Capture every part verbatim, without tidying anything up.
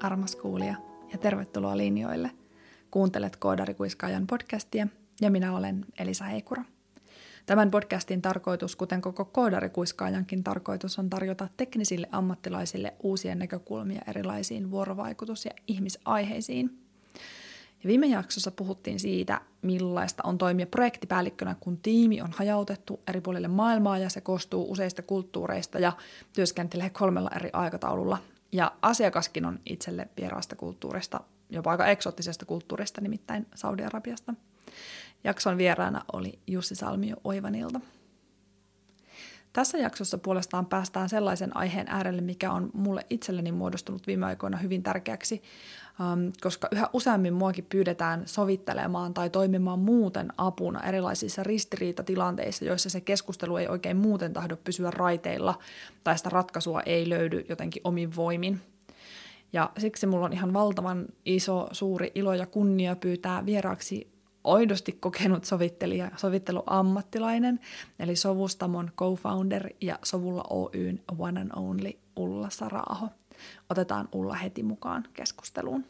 armas kuulija, ja tervetuloa linjoille. Kuuntelet Koodarikuiskaajan podcastia, ja minä olen Elisa Heikura. Tämän podcastin tarkoitus, kuten koko Koodarikuiskaajankin tarkoitus, on tarjota teknisille ammattilaisille uusia näkökulmia erilaisiin vuorovaikutus- ja ihmisaiheisiin. Ja viime jaksossa puhuttiin siitä, millaista on toimia projektipäällikkönä, kun tiimi on hajautettu eri puolille maailmaa ja se koostuu useista kulttuureista ja työskentelee kolmella eri aikataululla. Ja asiakaskin on itselle vieraasta kulttuurista, jopa aika eksoottisesta kulttuurista, nimittäin Saudi-Arabiasta. Jakson vieraana oli Jussi Salmio Oivanilta. Tässä jaksossa puolestaan päästään sellaisen aiheen äärelle, mikä on mulle itselleni muodostunut viime aikoina hyvin tärkeäksi, koska yhä useammin muakin pyydetään sovittelemaan tai toimimaan muuten apuna erilaisissa ristiriitatilanteissa, joissa se keskustelu ei oikein muuten tahdo pysyä raiteilla tai sitä ratkaisua ei löydy jotenkin omin voimin. Ja siksi mulla on ihan valtavan iso, suuri ilo ja kunnia pyytää vieraaksi oidosti kokenut sovittelija, sovitteluammattilainen, eli Sovustamon co-founder ja Sovulla Oyn one and only Ulla Sara-aho. Otetaan Ulla heti mukaan keskusteluun.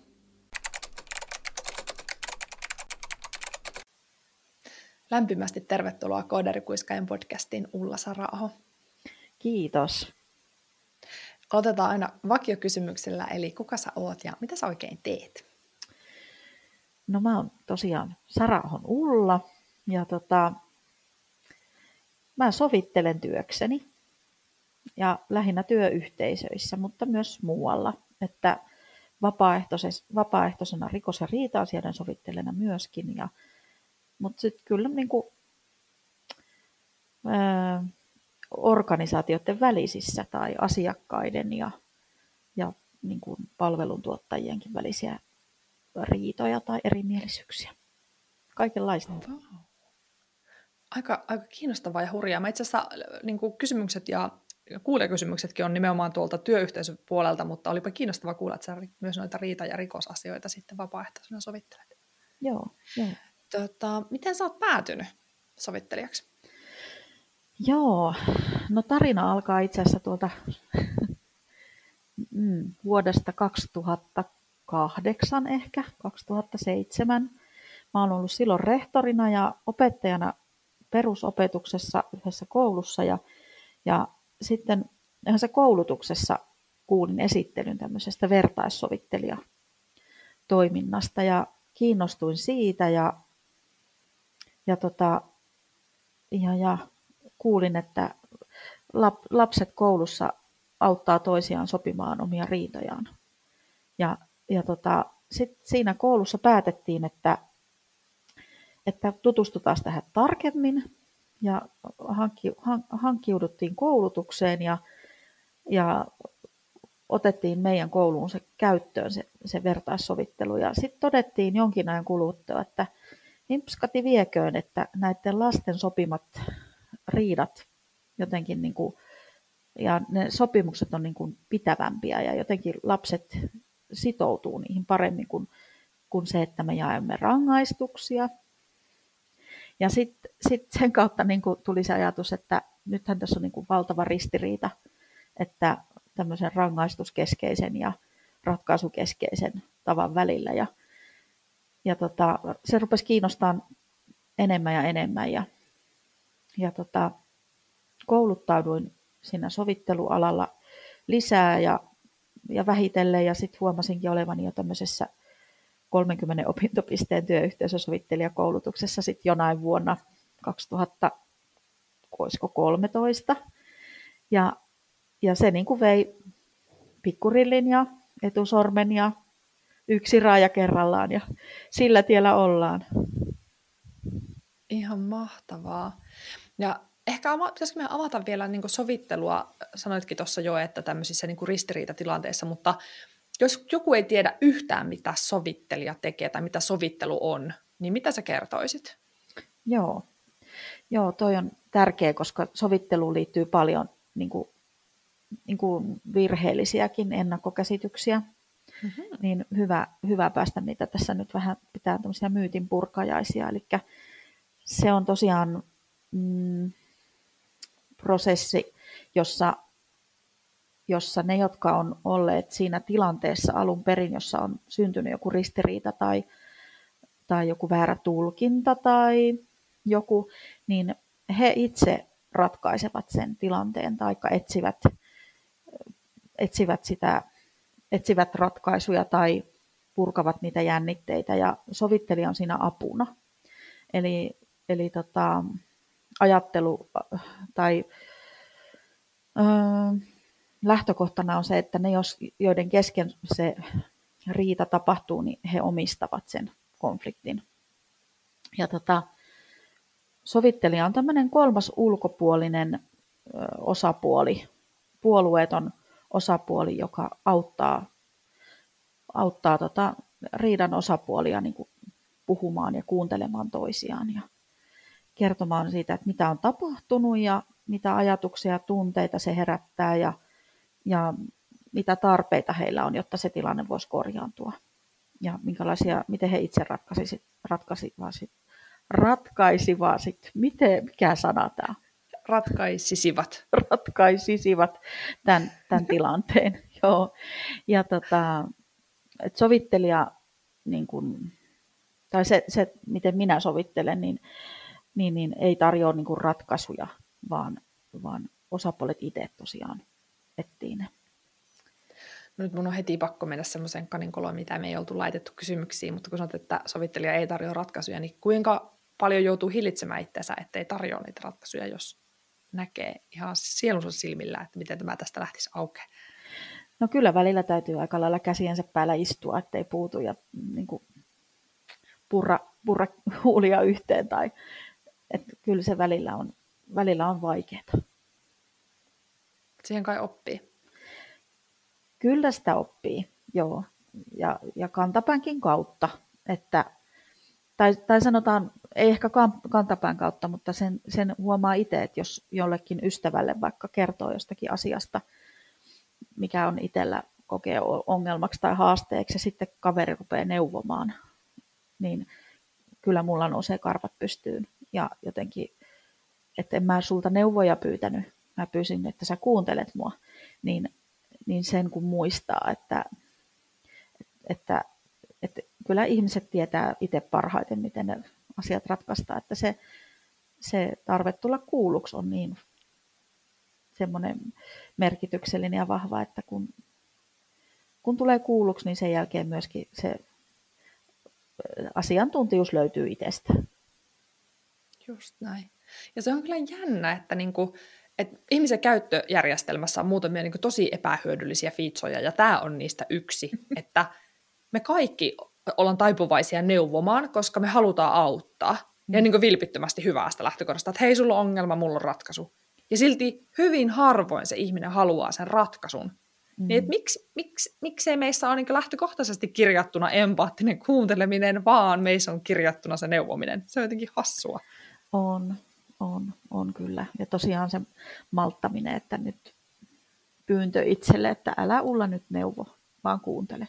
Lämpimästi tervetuloa Koodarikuiskaajan podcastiin, Ulla Sara-aho. Kiitos. Otetaan aina vakiokysymyksellä, eli kuka sä oot ja mitä sä oikein teet? No mä oon tosiaan Sara-ahon Ulla ja tota, mä sovittelen työkseni ja lähinnä työyhteisöissä, mutta myös muualla, että vapaaehtoisena rikos- ja riita-asioiden sovittelijana myöskin, ja, mutta sitten kyllä niin kuin, ää, organisaatioiden välisissä tai asiakkaiden ja, ja niin kuin palveluntuottajienkin välisiä riitoja tai erimielisyyksiä. Kaikenlaista. Wow. Aika, aika kiinnostavaa ja hurjaa. Mä itse asiassa niin kuin kysymykset ja kuulijakysymyksetkin on nimenomaan tuolta työyhteisön puolelta, mutta olipa kiinnostavaa kuulla, että sä myös noita riita- ja rikosasioita sitten vapaaehtoisena sovittelet. Joo, joo. Tota, miten sä oot päätynyt sovittelijaksi? Joo, no tarina alkaa itse asiassa tuolta mm, vuodesta kaksituhattakahdeksan ehkä, kaksituhattaseitsemän. Mä oon ollut silloin rehtorina ja opettajana perusopetuksessa yhdessä koulussa ja, ja sitten yhdessä koulutuksessa kuulin esittelyn tämmöisestä vertaissovittelijatoiminnasta ja kiinnostuin siitä ja, ja, tota, ja, ja kuulin, että lap, lapset koulussa auttaa toisiaan sopimaan omia riitojaan. Ja, ja tota, sit siinä koulussa päätettiin, että että tutustutaan tähän tarkemmin ja hankki, hankkiuduttiin koulutukseen ja, ja otettiin meidän kouluun se käyttöön se, se vertaissovittelu. Ja sitten todettiin jonkin ajan kuluttua, että himpskati vieköön, että näiden lasten sopimat riidat jotenkin niin kuin, ja ne sopimukset on niin kuin pitävämpiä ja jotenkin lapset sitoutuu niihin paremmin kuin, kuin se, että me jaemme rangaistuksia. Ja sitten sit sen kautta niin kuin tuli se ajatus, että nythän tässä on niin kuin valtava ristiriita, että tämmöisen rangaistuskeskeisen ja ratkaisukeskeisen tavan välillä. Ja, ja tota, se rupesi kiinnostamaan enemmän ja enemmän. Ja, ja tota, kouluttauduin siinä sovittelualalla lisää ja, ja vähitellen. Ja sitten huomasinkin olevani jo tämmöisessä kolmenkymmenen opintopisteen työyhteisösovittelijakoulutuksessa sitten jonain vuonna kaksituhattakolmetoista. Ja, ja se niin kuin vei pikkurillin ja etusormen ja yksi raaja kerrallaan ja sillä tiellä ollaan. Ihan mahtavaa. Ja ehkä ava- pitäisikö meidän avata vielä niin kuin sovittelua, sanoitkin tuossa jo, että tämmöisissä niin kuin ristiriitatilanteissa, mutta jos joku ei tiedä yhtään, mitä sovittelija tekee tai mitä sovittelu on, niin mitä sä kertoisit? Joo, Joo toi on tärkeä, koska sovitteluun liittyy paljon niin kuin, niin kuin virheellisiäkin ennakkokäsityksiä. Mm-hmm. Niin hyvä, hyvä päästä niitä tässä nyt vähän pitää tämmöisiä myytin purkajaisia. Eli se on tosiaan mm, prosessi, jossa jossa ne, jotka on olleet siinä tilanteessa alun perin, jossa on syntynyt joku ristiriita tai, tai joku väärä tulkinta tai joku, niin he itse ratkaisevat sen tilanteen tai etsivät, etsivät, sitä, etsivät ratkaisuja tai purkavat niitä jännitteitä ja sovittelija on siinä apuna. Eli, eli tota, ajattelu tai ö, lähtökohtana on se, että ne, jos, joiden kesken se riita tapahtuu, niin he omistavat sen konfliktin. Ja tota, sovittelija on tämmöinen kolmas ulkopuolinen ö, osapuoli, puolueeton osapuoli, joka auttaa, auttaa tota, riidan osapuolia niin kuin puhumaan ja kuuntelemaan toisiaan ja kertomaan siitä, että mitä on tapahtunut ja mitä ajatuksia ja tunteita se herättää ja, ja mitä tarpeita heillä on, jotta se tilanne voisi korjaantua. Ja minkälaisia, miten he itse ratkaisivat, ratkaisivat, ratkaisivat miten, mikä sana tämä? Ratkaisisivat. Ratkaisisivat tämän, tämän tilanteen. Joo. Ja tota, et sovittelija, niin kun, tai se, se, miten minä sovittelen, niin, niin, niin ei tarjoa niin kun ratkaisuja, vaan, vaan osapuolet itse tosiaan etsii ne. No nyt mun on heti pakko mennä semmoiseen kaninkoloon, mitä me ei oltu laitettu kysymyksiin, mutta kun sanot, että sovittelija ei tarjoa ratkaisuja, niin kuinka paljon joutuu hillitsemään itseensä, ettei tarjoa niitä ratkaisuja, jos näkee ihan sielunsa silmillä, että miten tämä tästä lähtisi aukeaa? No kyllä välillä täytyy aika lailla käsiensä päällä istua, ettei puutu ja niin kuin purra, purra huulia yhteen. Tai, että kyllä se välillä on, välillä on vaikeaa. Siihen kai oppii. Kyllä sitä oppii, joo. Ja, ja kantapäänkin kautta. Että, tai, tai sanotaan, ei ehkä kantapään kautta, mutta sen, sen huomaa itse, että jos jollekin ystävälle vaikka kertoo jostakin asiasta, mikä on itsellä kokee ongelmaksi tai haasteeksi, ja sitten kaveri rupeaa neuvomaan, niin kyllä mulla nousee karvat pystyyn. Ja jotenkin, että en mä sulta neuvoja pyytänyt, mä pyysin, että sä kuuntelet mua, niin, niin sen kun muistaa, että, että, että kyllä ihmiset tietää itse parhaiten, miten ne asiat ratkaistaan, että se, se tarve tulla kuulluksi on niin semmoinen merkityksellinen ja vahva, että kun, kun tulee kuulluksi, niin sen jälkeen myöskin se asiantuntijuus löytyy itsestä. Just näin. Ja se on kyllä jännä, että, niinku, että ihmisen käyttöjärjestelmässä on muutamia niinku tosi epähyödyllisiä featureja, ja tämä on niistä yksi, että me kaikki ollaan taipuvaisia neuvomaan, koska me halutaan auttaa. Ja niin kuin vilpittömästi hyvästä lähtökohdasta, että hei, sulla on ongelma, mulla on ratkaisu. Ja silti hyvin harvoin se ihminen haluaa sen ratkaisun. Mm. Niin, että miksi, miksi, miksei meissä ole niin lähtökohtaisesti kirjattuna empaattinen kuunteleminen, vaan meissä on kirjattuna se neuvominen. Se on jotenkin hassua. On, on, on kyllä. Ja tosiaan se malttaminen, että nyt pyyntö itselle, että älä Ulla nyt neuvo, vaan kuuntele.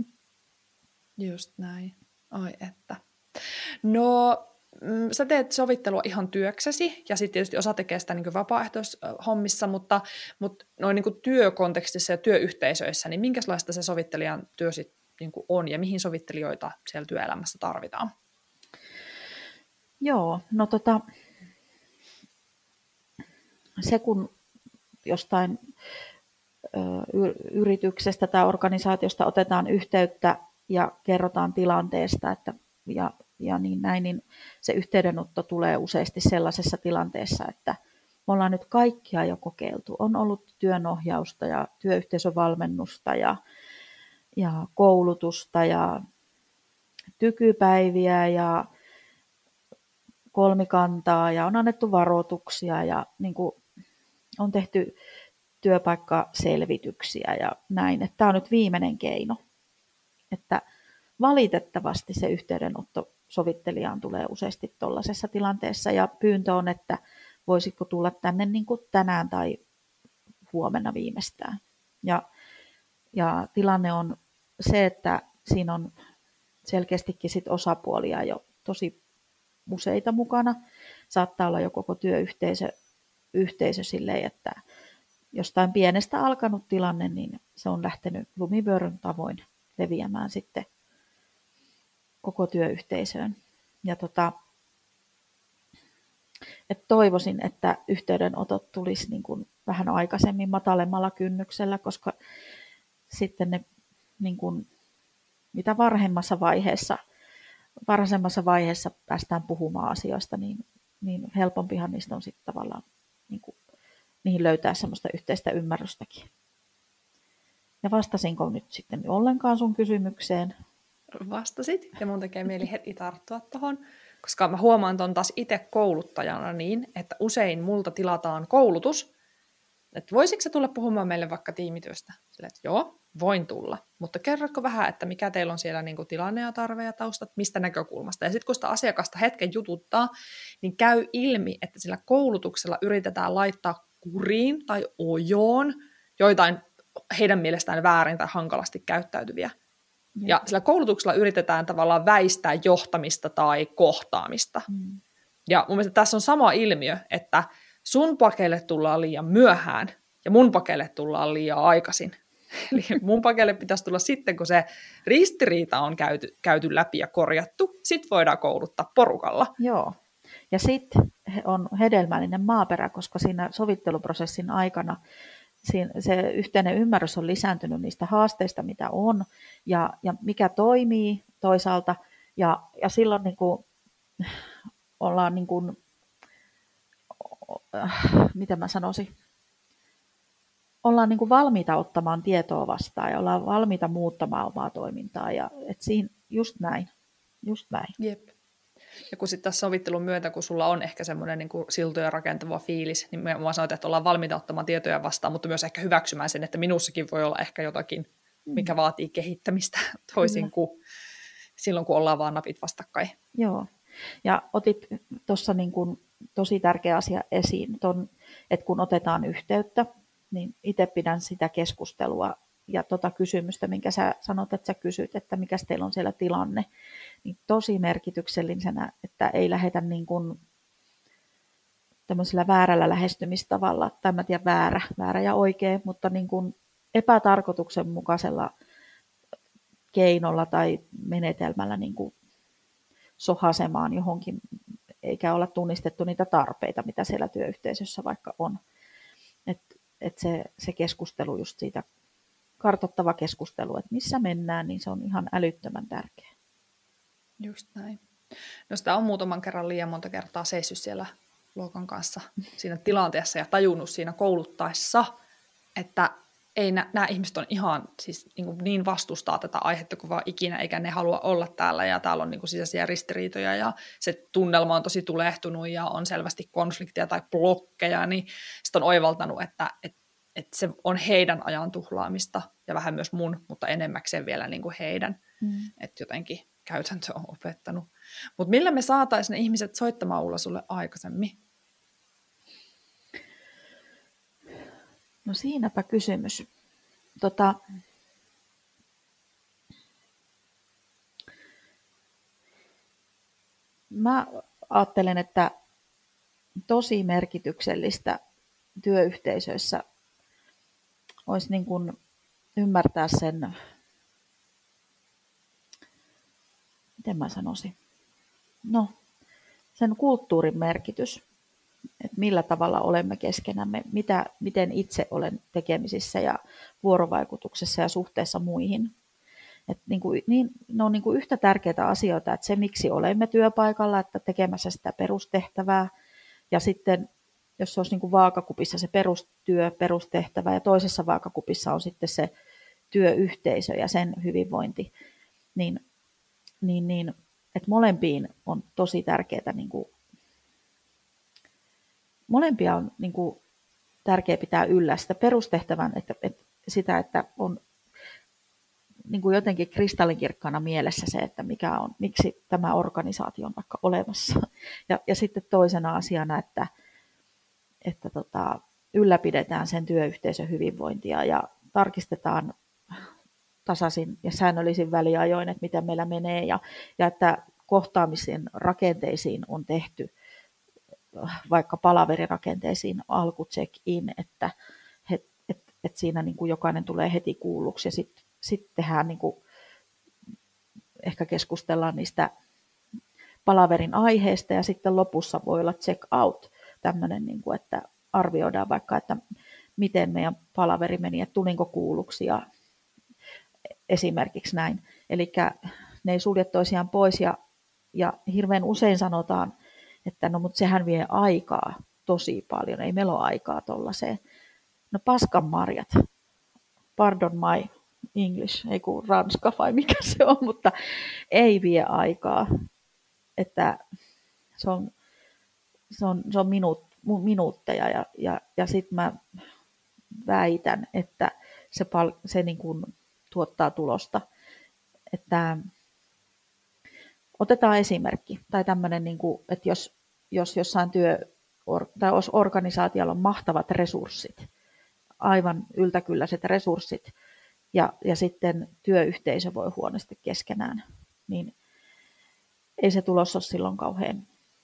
Just näin. Ai että. No, sä teet sovittelua ihan työksesi, ja sitten tietysti osa tekee sitä niin vapaaehtoishommissa, mutta, mutta noin niin työkontekstissa ja työyhteisöissä, niin minkälaista se sovittelijan työ sitten niin on, ja mihin sovittelijoita siellä työelämässä tarvitaan? Joo, no tota, se kun jostain ö, yrityksestä tai organisaatiosta otetaan yhteyttä ja kerrotaan tilanteesta, että ja, ja niin näin, niin se yhteydenotto tulee useasti sellaisessa tilanteessa, että me ollaan nyt kaikkia jo kokeiltu. On ollut työnohjausta ja työyhteisövalmennusta ja, ja koulutusta ja tykypäiviä ja kolmikantaa ja on annettu varoituksia ja niin kuin on tehty työpaikkaselvityksiä ja näin. Että tämä on nyt viimeinen keino. Että valitettavasti se yhteydenotto sovittelijaan tulee useasti tuollaisessa tilanteessa ja pyyntö on, että voisiko tulla tänne niin kuin tänään tai huomenna viimeistään. Ja, ja tilanne on se, että siinä on selkeästikin sit osapuolia jo tosi useita mukana. Saattaa olla jo koko työyhteisö yhteisö silleen, että jostain pienestä alkanut tilanne, niin se on lähtenyt lumivyöryn tavoin leviämään sitten koko työyhteisöön. Ja tota, et toivoisin, että yhteydenotot tulisi niin kuin vähän aikaisemmin matalemmalla kynnyksellä, koska sitten ne niin kuin, mitä varhemmassa vaiheessa, varhaisemmassa vaiheessa päästään puhumaan asioista, niin, niin helpompihan niistä on sitten tavallaan niin kuin, niihin löytää semmoista yhteistä ymmärrystäkin. Ja vastasinko nyt sitten ollenkaan sun kysymykseen? Vastasit, ja mun tekee mieli heti tarttua tuohon, koska mä huomaan ton taas itse kouluttajana niin, että usein multa tilataan koulutus, että voisitko sä tulla puhumaan meille vaikka tiimityöstä? Sillä, että joo, voin tulla, mutta kerrotko vähän, että mikä teillä on siellä niin kuin tilanne ja tarve ja taustat, mistä näkökulmasta. Ja sitten kun sitä asiakasta hetken jututtaa, niin käy ilmi, että sillä koulutuksella yritetään laittaa kuriin tai ojoon joitain heidän mielestään väärin tai hankalasti käyttäytyviä. Mm. Ja sillä koulutuksella yritetään tavallaan väistää johtamista tai kohtaamista. Mm. Ja mun mielestä tässä on sama ilmiö, että sun pakeille tullaan liian myöhään ja mun pakeille tullaan liian aikaisin. Eli mun pakeille pitäisi tulla sitten, kun se ristiriita on käyty, käyty läpi ja korjattu. Sitten voidaan kouluttaa porukalla. Joo. Ja sitten on hedelmällinen maaperä, koska siinä sovitteluprosessin aikana se yhteinen ymmärrys on lisääntynyt niistä haasteista, mitä on, ja, ja mikä toimii toisaalta. Ja, ja silloin niin kuin, ollaan, niin kuin, äh, mitä mä sanoisin, ollaan niin kuin valmiita ottamaan tietoa vastaan ja ollaan valmiita muuttamaan omaa toimintaa. Ja, et siinä, just näin. Just näin. Jep. Ja kun sitten tässä sovittelun myötä, kun sulla on ehkä semmoinen niin kuin siltoja rakentava fiilis, niin mä sanoin, että ollaan valmiita ottamaan tietoja vastaan, mutta myös ehkä hyväksymään sen, että minussakin voi olla ehkä jotakin, mikä vaatii kehittämistä toisin kuin silloin, kun ollaan vaan napit vastakkain. Joo, ja otit tuossa niin kuin tosi tärkeä asia esiin, ton, että kun otetaan yhteyttä, niin itse pidän sitä keskustelua ja tota kysymystä, minkä sä sanot, että sä kysyt, että mikä teillä on siellä tilanne, niin tosi merkityksellisenä, että ei lähdetä niin kuin tämmöisellä väärällä lähestymistavalla, tai mä tiedän väärä, väärä ja oikea, mutta niin kuin epätarkoituksenmukaisella keinolla tai menetelmällä niin kuin sohasemaan johonkin, eikä olla tunnistettu niitä tarpeita, mitä siellä työyhteisössä vaikka on. Että et se, se keskustelu just siitä, kartoittava keskustelu, että missä mennään, niin se on ihan älyttömän tärkeä. Just näin. No sitä on muutaman kerran liian monta kertaa seissyt siellä luokan kanssa siinä tilanteessa ja tajunnut siinä kouluttaessa, että ei nä, nämä ihmiset on ihan siis niin, kuin niin vastustaa tätä aihetta kuin vaan ikinä, eikä ne halua olla täällä ja täällä on niin kuin sisäisiä ristiriitoja ja se tunnelma on tosi tulehtunut ja on selvästi konflikteja tai blokkeja, niin sitten on oivaltanut, että, että, että se on heidän ajan tuhlaamista ja vähän myös mun, mutta enemmäkseen vielä niin kuin heidän, mm. että jotenkin käytäntö on opettanut. Mutta millä me saataisiin ne ihmiset soittamaan Ulla sulle aikaisemmin? No siinäpä kysymys. Tota, mä ajattelen, että tosi merkityksellistä työyhteisöissä olisi niin kuin ymmärtää sen, miten mä sanoisin, no sen kulttuurin merkitys. Että millä tavalla olemme keskenämme, mitä, miten itse olen tekemisissä ja vuorovaikutuksessa ja suhteessa muihin. Et niin kuin, niin, ne on niin kuin yhtä tärkeitä asioita, että se miksi olemme työpaikalla, että tekemässä sitä perustehtävää ja sitten jos se olisi niin kuin vaakakupissa se perustyö, perustehtävä ja toisessa vaakakupissa on sitten se työyhteisö ja sen hyvinvointi, niin, niin, niin että molempiin on tosi tärkeää niin kuin molempia on niin kuin, tärkeää pitää yllä sitä perustehtävän, että, että sitä, että on niin kuin jotenkin kristallinkirkkaana mielessä se, että mikä on, miksi tämä organisaatio on vaikka olemassa. Ja, ja sitten toisena asiana, että, että tota, ylläpidetään sen työyhteisön hyvinvointia ja tarkistetaan tasaisin ja säännöllisin väliajoin, että miten meillä menee ja, ja että kohtaamisen rakenteisiin on tehty vaikka palaverirakenteisiin alku check-in, että he että siinä niin kuin jokainen tulee heti kuulluksi ja sitten sit tehdään niin kuin, ehkä keskustellaan niistä palaverin aiheesta ja sitten lopussa voi olla check out, tämmöinen, niin kuin, että arvioidaan vaikka, että miten meidän palaveri meni, että tulinko kuulluksi ja esimerkiksi näin. Eli ne ei sulje toisiaan pois ja, ja hirveän usein sanotaan, että no mutta sehän vie aikaa tosi paljon, ei meillä ole aikaa tuollaiseen. No paskan marjat, pardon my English, ei kun ranska vai mikä se on, mutta ei vie aikaa. Että se on, se on, se on minuut, minuutteja ja, ja, ja sitten mä väitän, että se, pal, se niin kuin tuottaa tulosta. Että otetaan esimerkki tai tämmöinen, niin kuin, että jos, jos jossain työ tai jos organisaatiolla on mahtavat resurssit, aivan yltäkylläiset resurssit, ja, ja sitten työyhteisö voi huonosti keskenään, niin ei se tulos ole silloin kauhean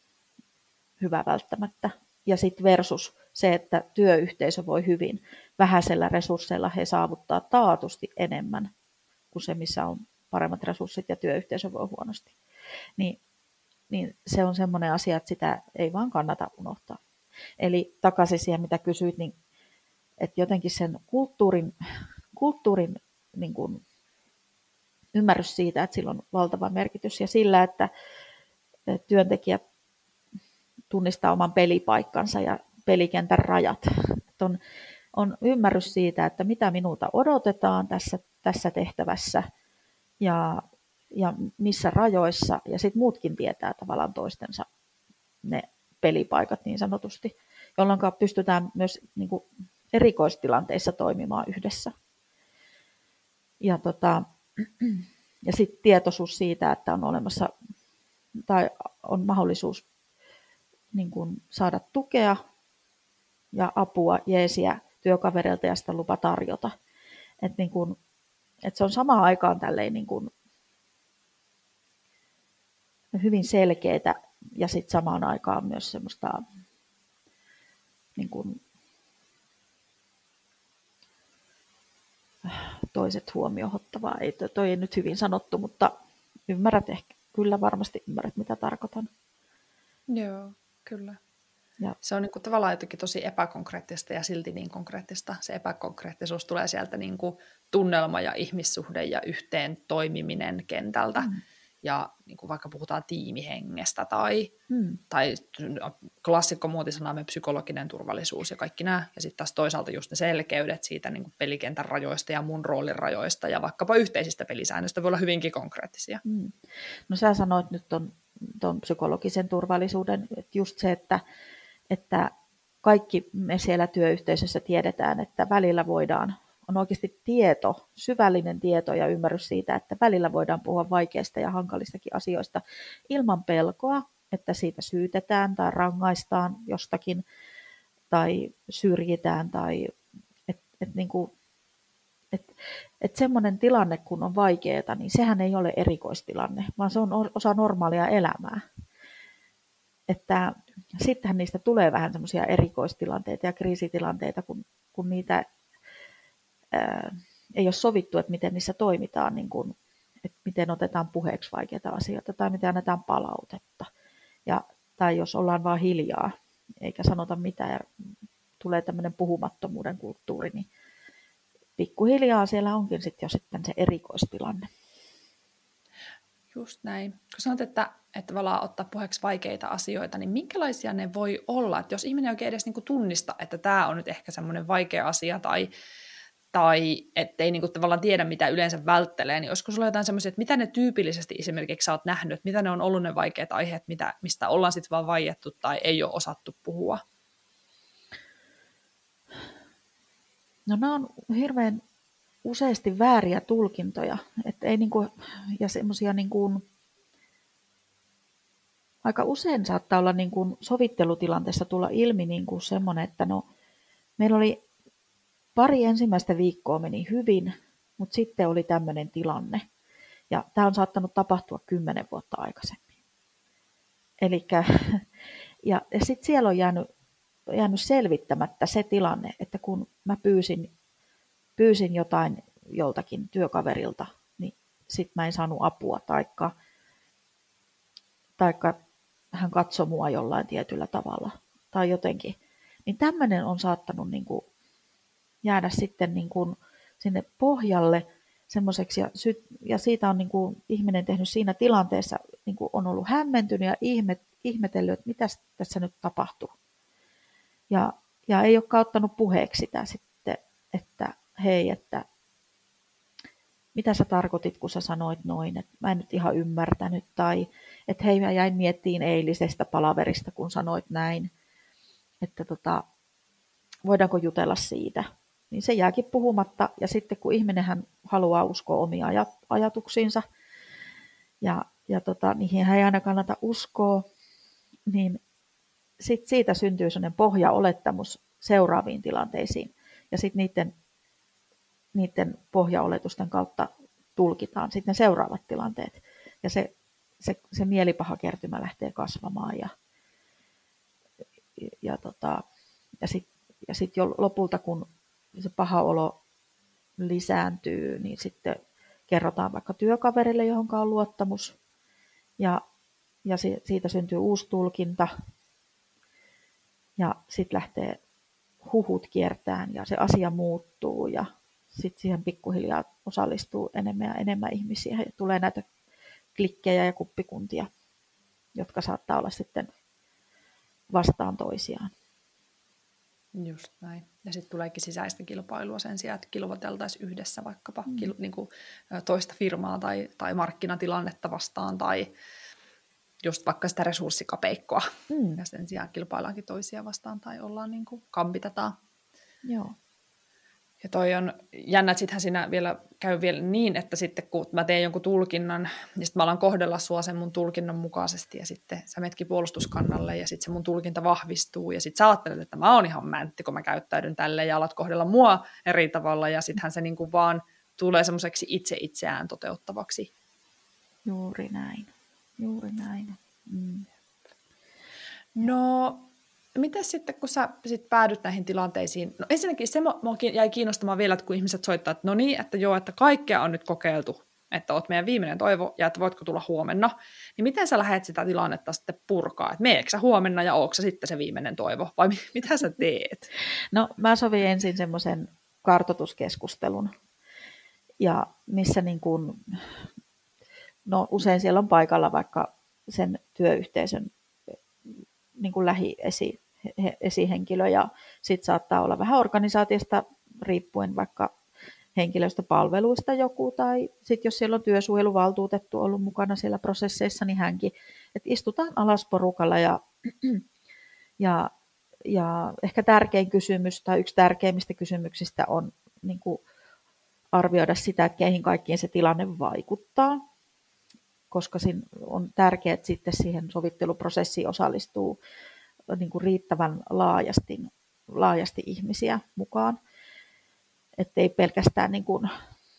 hyvä välttämättä. Ja sitten versus se, että työyhteisö voi hyvin, vähäisellä resursseilla he saavuttaa taatusti enemmän kuin se, missä on paremmat resurssit ja työyhteisö voi huonosti. Niin, niin se on semmoinen asia, että sitä ei vaan kannata unohtaa. Eli takaisin siihen, mitä kysyit, niin että jotenkin sen kulttuurin, kulttuurin niin kuin ymmärrys siitä, että sillä on valtava merkitys ja sillä, että työntekijät tunnistaa oman pelipaikkansa ja pelikentän rajat. Että on, on ymmärrys siitä, että mitä minulta odotetaan tässä, tässä tehtävässä ja, ja missä rajoissa. Ja sitten muutkin tietää tavallaan toistensa ne pelipaikat niin sanotusti, jolloin pystytään myös niin kuin erikoistilanteissa toimimaan yhdessä. Ja, tota, ja sitten tietoisuus siitä, että on olemassa tai on mahdollisuus niin kuin saada tukea ja apua, jeesiä työkavereilta ja sitä lupa tarjota. Et niin kuin, et se on samaan aikaan tälleen niin kuin hyvin selkeää ja sitten samaan aikaan myös semmoista niin kuin toiset huomioon ottavaa. Ei, toi ei nyt hyvin sanottu, mutta ymmärrät ehkä, kyllä varmasti ymmärrät, mitä tarkoitan. Joo, kyllä. Ja. Se on niin kuin tavallaan jotenkin tosi epäkonkreettista ja silti niin konkreettista. Se epäkonkreettisuus tulee sieltä niin kuin tunnelma ja ihmissuhde ja yhteen toimiminen kentältä. Mm. Ja niin kuin vaikka puhutaan tiimihengestä tai, mm. tai klassikko muotisanamme psykologinen turvallisuus ja kaikki nämä. Ja sitten taas toisaalta just ne selkeydet siitä niin kuin pelikentän rajoista ja mun roolin rajoista ja vaikkapa yhteisistä pelisäännöistä voi olla hyvinkin konkreettisia. Mm. No sä sanoit nyt ton, ton psykologisen turvallisuuden, että just se, että, että kaikki me siellä työyhteisössä tiedetään, että välillä voidaan on oikeasti tieto, syvällinen tieto ja ymmärrys siitä, että välillä voidaan puhua vaikeista ja hankalistakin asioista ilman pelkoa, että siitä syytetään tai rangaistaan jostakin tai syrjitään. Tai, et, et niinku, et, et semmoinen tilanne, kun on vaikeaa, niin sehän ei ole erikoistilanne, vaan se on osa normaalia elämää. Että sittenhän niistä tulee vähän semmoisia erikoistilanteita ja kriisitilanteita, kun, kun niitä Ää, ei ole sovittu, että miten niissä toimitaan, niin kuin, että miten otetaan puheeksi vaikeita asioita tai miten annetaan palautetta. Ja, tai jos ollaan vaan hiljaa eikä sanota mitään ja tulee tämmöinen puhumattomuuden kulttuuri, niin pikkuhiljaa siellä onkin sitten jo sitten se erikoistilanne. Just näin. Kun sanot, että, että tavallaan ottaa puheeksi vaikeita asioita, niin minkälaisia ne voi olla? Että jos ihminen oikein edes niin kuin tunnista, että tämä on nyt ehkä semmoinen vaikea asia tai tai ettei niinku tavallaan tiedä, mitä yleensä välttelee, niin olisiko sulla jotain semmoisia, että mitä ne tyypillisesti esimerkiksi sä oot nähnyt, että mitä ne on ollut ne vaikeat aiheet, mitä, mistä ollaan sitten vaan vaiettu tai ei ole osattu puhua? No nämä on hirveän useasti vääriä tulkintoja, että ei niinku, ja semmoisia niinku, aika usein saattaa olla niinku sovittelutilanteessa tulla ilmi niinku semmoinen, että no meillä oli pari ensimmäistä viikkoa meni hyvin, mutta sitten oli tämmöinen tilanne. Ja tämä on saattanut tapahtua kymmenen vuotta aikaisemmin. Elikkä, ja sitten siellä on jäänyt, jäänyt selvittämättä se tilanne, että kun mä pyysin pyysin jotain joltakin työkaverilta, niin sitten mä en saanut apua, taikka, taikka hän katsoi mua jollain tietyllä tavalla tai jotenkin. Niin tämmöinen on saattanut niin kuin jäädä sitten niin kuin sinne pohjalle semmoiseksi, ja, sy- ja siitä on niin kuin ihminen tehnyt siinä tilanteessa, niin kuin on ollut hämmentynyt ja ihme, ihmetellyt, että mitä tässä nyt tapahtuu. Ja, ja ei olekaan ottanut puheeksi sitä sitten, että hei, että mitä sä tarkoitit, kun sä sanoit noin, että mä en nyt ihan ymmärtänyt, tai että hei, mä jäin miettiin eilisestä palaverista, kun sanoit näin, että tota, voidaanko jutella siitä. Niin se jääkin puhumatta, ja sitten kun ihminenhän haluaa uskoa omia ajatuksiinsa, ja, ja tota, niihin hän ei aina kannata uskoa, niin sit siitä syntyy sellainen pohjaolettamus seuraaviin tilanteisiin, ja sitten niiden, niiden pohjaoletusten kautta tulkitaan sitten seuraavat tilanteet, ja se, se, se mielipahakertymä lähtee kasvamaan, ja, ja, tota, ja sitten ja sit jo lopulta, kun se paha olo lisääntyy, niin sitten kerrotaan vaikka työkaverille, johon on luottamus, ja, ja siitä syntyy uusi tulkinta, ja sitten lähtee huhut kiertään, ja se asia muuttuu, ja sitten siihen pikkuhiljaa osallistuu enemmän ja enemmän ihmisiä, ja tulee näitä klikkejä ja kuppikuntia, jotka saattaa olla sitten vastaan toisiaan. Just näin. Ja sitten tuleekin sisäistä kilpailua sen sijaan, että kilvoiteltaisiin yhdessä vaikkapa mm. kil, niin kuin, toista firmaa tai, tai markkinatilannetta vastaan tai just vaikka sitä resurssikapeikkoa. Mm. Ja sen sijaan kilpaillaankin toisia vastaan tai ollaan niin kuin kampitetaan. Joo. Ja toi on jännä, että sittenhän siinä vielä käy vielä niin, että sitten kun mä teen jonkun tulkinnan, niin sitten mä alan kohdella sua sen mun tulkinnan mukaisesti, ja sitten sä menetkin puolustuskannalle, ja sitten se mun tulkinta vahvistuu, ja sitten sä ajattelet, että mä oon ihan mäntti, kun mä käyttäydyn tälleen, ja alat kohdella mua eri tavalla, ja sittenhän se niinku vaan tulee semmoiseksi itse itseään toteuttavaksi. Juuri näin, juuri näin. Mm. No... Miten sitten, kun sä sit päädyt näihin tilanteisiin? No ensinnäkin se mua jäi kiinnostamaan vielä, että kun ihmiset soittaa, että no niin, että joo, että kaikkea on nyt kokeiltu, että oot meidän viimeinen toivo ja että voitko tulla huomenna, niin miten sä lähdet sitä tilannetta sitten purkaa? Että meneekö sä huomenna ja ootko sä sitten se viimeinen toivo vai mitä sä teet? No mä sovin ensin semmoisen kartoituskeskustelun, ja missä niin kun, no usein siellä on paikalla vaikka sen työyhteisön niin kuin lähiesihenkilö, ja sitten saattaa olla vähän organisaatiosta riippuen vaikka henkilöstöpalveluista joku, tai sitten jos siellä on työsuojeluvaltuutettu ollut mukana siellä prosesseissa, niin hänkin, että istutaan alas porukalla, ja, ja, ja ehkä tärkein kysymys tai yksi tärkeimmistä kysymyksistä on niin kuin arvioida sitä, että keihin kaikkiin se tilanne vaikuttaa, koska siinä on tärkeää, että sitten siihen sovitteluprosessiin osallistuu niin kuin riittävän laajasti, laajasti ihmisiä mukaan, ettei pelkästään niin kuin,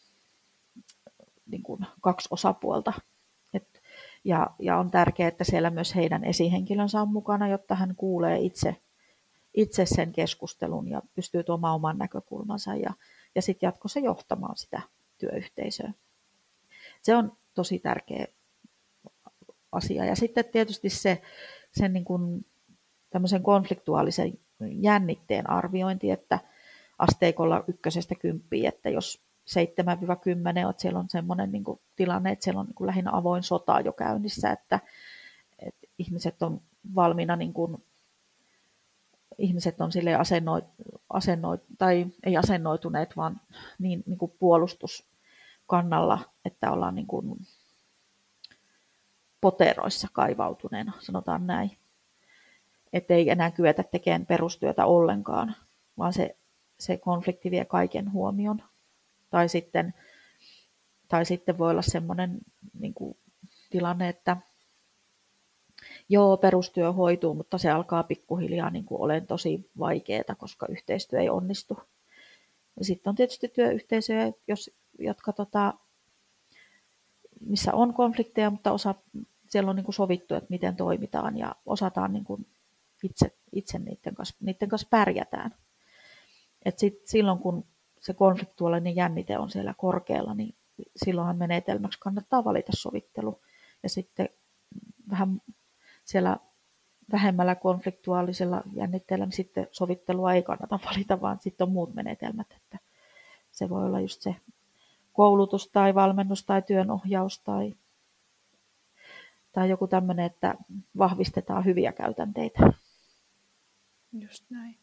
niin kuin kaksi osapuolta. Et, ja, ja on tärkeää, että siellä myös heidän esihenkilönsä on mukana, jotta hän kuulee itse, itse sen keskustelun ja pystyy tuomaan oman näkökulmansa ja, ja sitten jatkossa johtamaan sitä työyhteisöä. Se on tosi tärkeä asia. Ja sitten tietysti se sen niin kuin tämmöisen konfliktuaalisen jännitteen arviointi, että asteikolla ykkösestä kymppiin, että jos seitsemän kymmenen, että siellä on semmoinen niin kuin tilanne, että siellä on niin kuin lähinnä avoin sota jo käynnissä, että, että ihmiset on valmiina, niin kuin, ihmiset on sille asennoit, asennoit, tai ei asennoituneet, vaan niin, niin kuin puolustuskannalla, että ollaan niin kuin poteroissa kaivautuneena, sanotaan näin. Että ei enää kyetä tekemään perustyötä ollenkaan, vaan se, se konflikti vie kaiken huomion. Tai sitten, tai sitten voi olla semmoinen niin kuin tilanne, että joo, perustyö hoituu, mutta se alkaa pikkuhiljaa niin kuin olemaan tosi vaikeaa, koska yhteistyö ei onnistu. Ja sitten on tietysti työyhteisöjä, jos, jotka, tota, missä on konflikteja, mutta osa, siellä on niin kuin sovittu, että miten toimitaan ja osataan niin kuin itse, itse niiden, kanssa, niiden kanssa pärjätään. Et sit, silloin kun se konfliktuaalinen jännite on siellä korkealla, niin silloinhan menetelmäksi kannattaa valita sovittelu. Ja sitten vähän siellä vähemmällä konfliktuaalisella jännitteellä, niin sitten sovittelua ei kannata valita, vaan sitten on muut menetelmät. Että se voi olla just se koulutus tai valmennus tai työnohjaus tai, tai joku tämmöinen, että vahvistetaan hyviä käytänteitä. Just näin.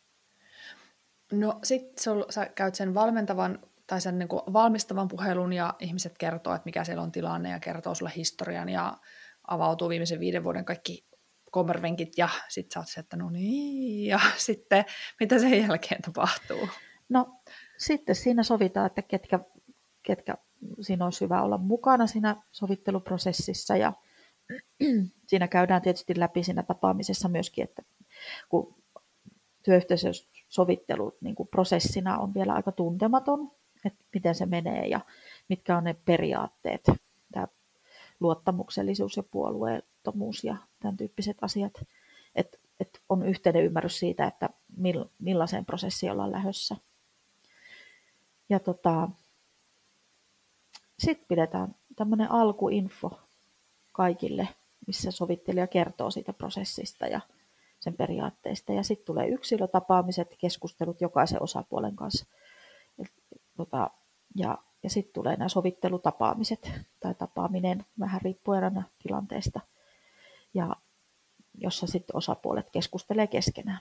No sit sul, sä käyt sen valmentavan tai sen niin kuin valmistavan puhelun ja ihmiset kertoo, että mikä siellä on tilanne ja kertoo sulle historian ja avautuu viimeisen viiden vuoden kaikki kommervenkit ja sit sä oot se, että no niin ja sitten mitä sen jälkeen tapahtuu? No sitten siinä sovitaan, että ketkä, ketkä siinä olisi hyvä olla mukana siinä sovitteluprosessissa ja siinä käydään tietysti läpi siinä tapaamisessa myöskin, että kun työyhteisösovittelu niin kuin prosessina on vielä aika tuntematon, että miten se menee ja mitkä on ne periaatteet, tämä luottamuksellisuus ja puolueettomuus ja tämän tyyppiset asiat, että, että on yhteinen ymmärrys siitä, että millaiseen prosessiin ollaan lähdössä. Ja tota, sitten pidetään tämmöinen alkuinfo kaikille, missä sovittelija kertoo siitä prosessista ja sen periaatteista. Ja sitten tulee yksilötapaamiset, keskustelut jokaisen osapuolen kanssa. Et, tota, ja ja sitten tulee nämä sovittelutapaamiset tai tapaaminen, vähän riippuen aina tilanteesta, ja jossa sitten osapuolet keskustelee keskenään.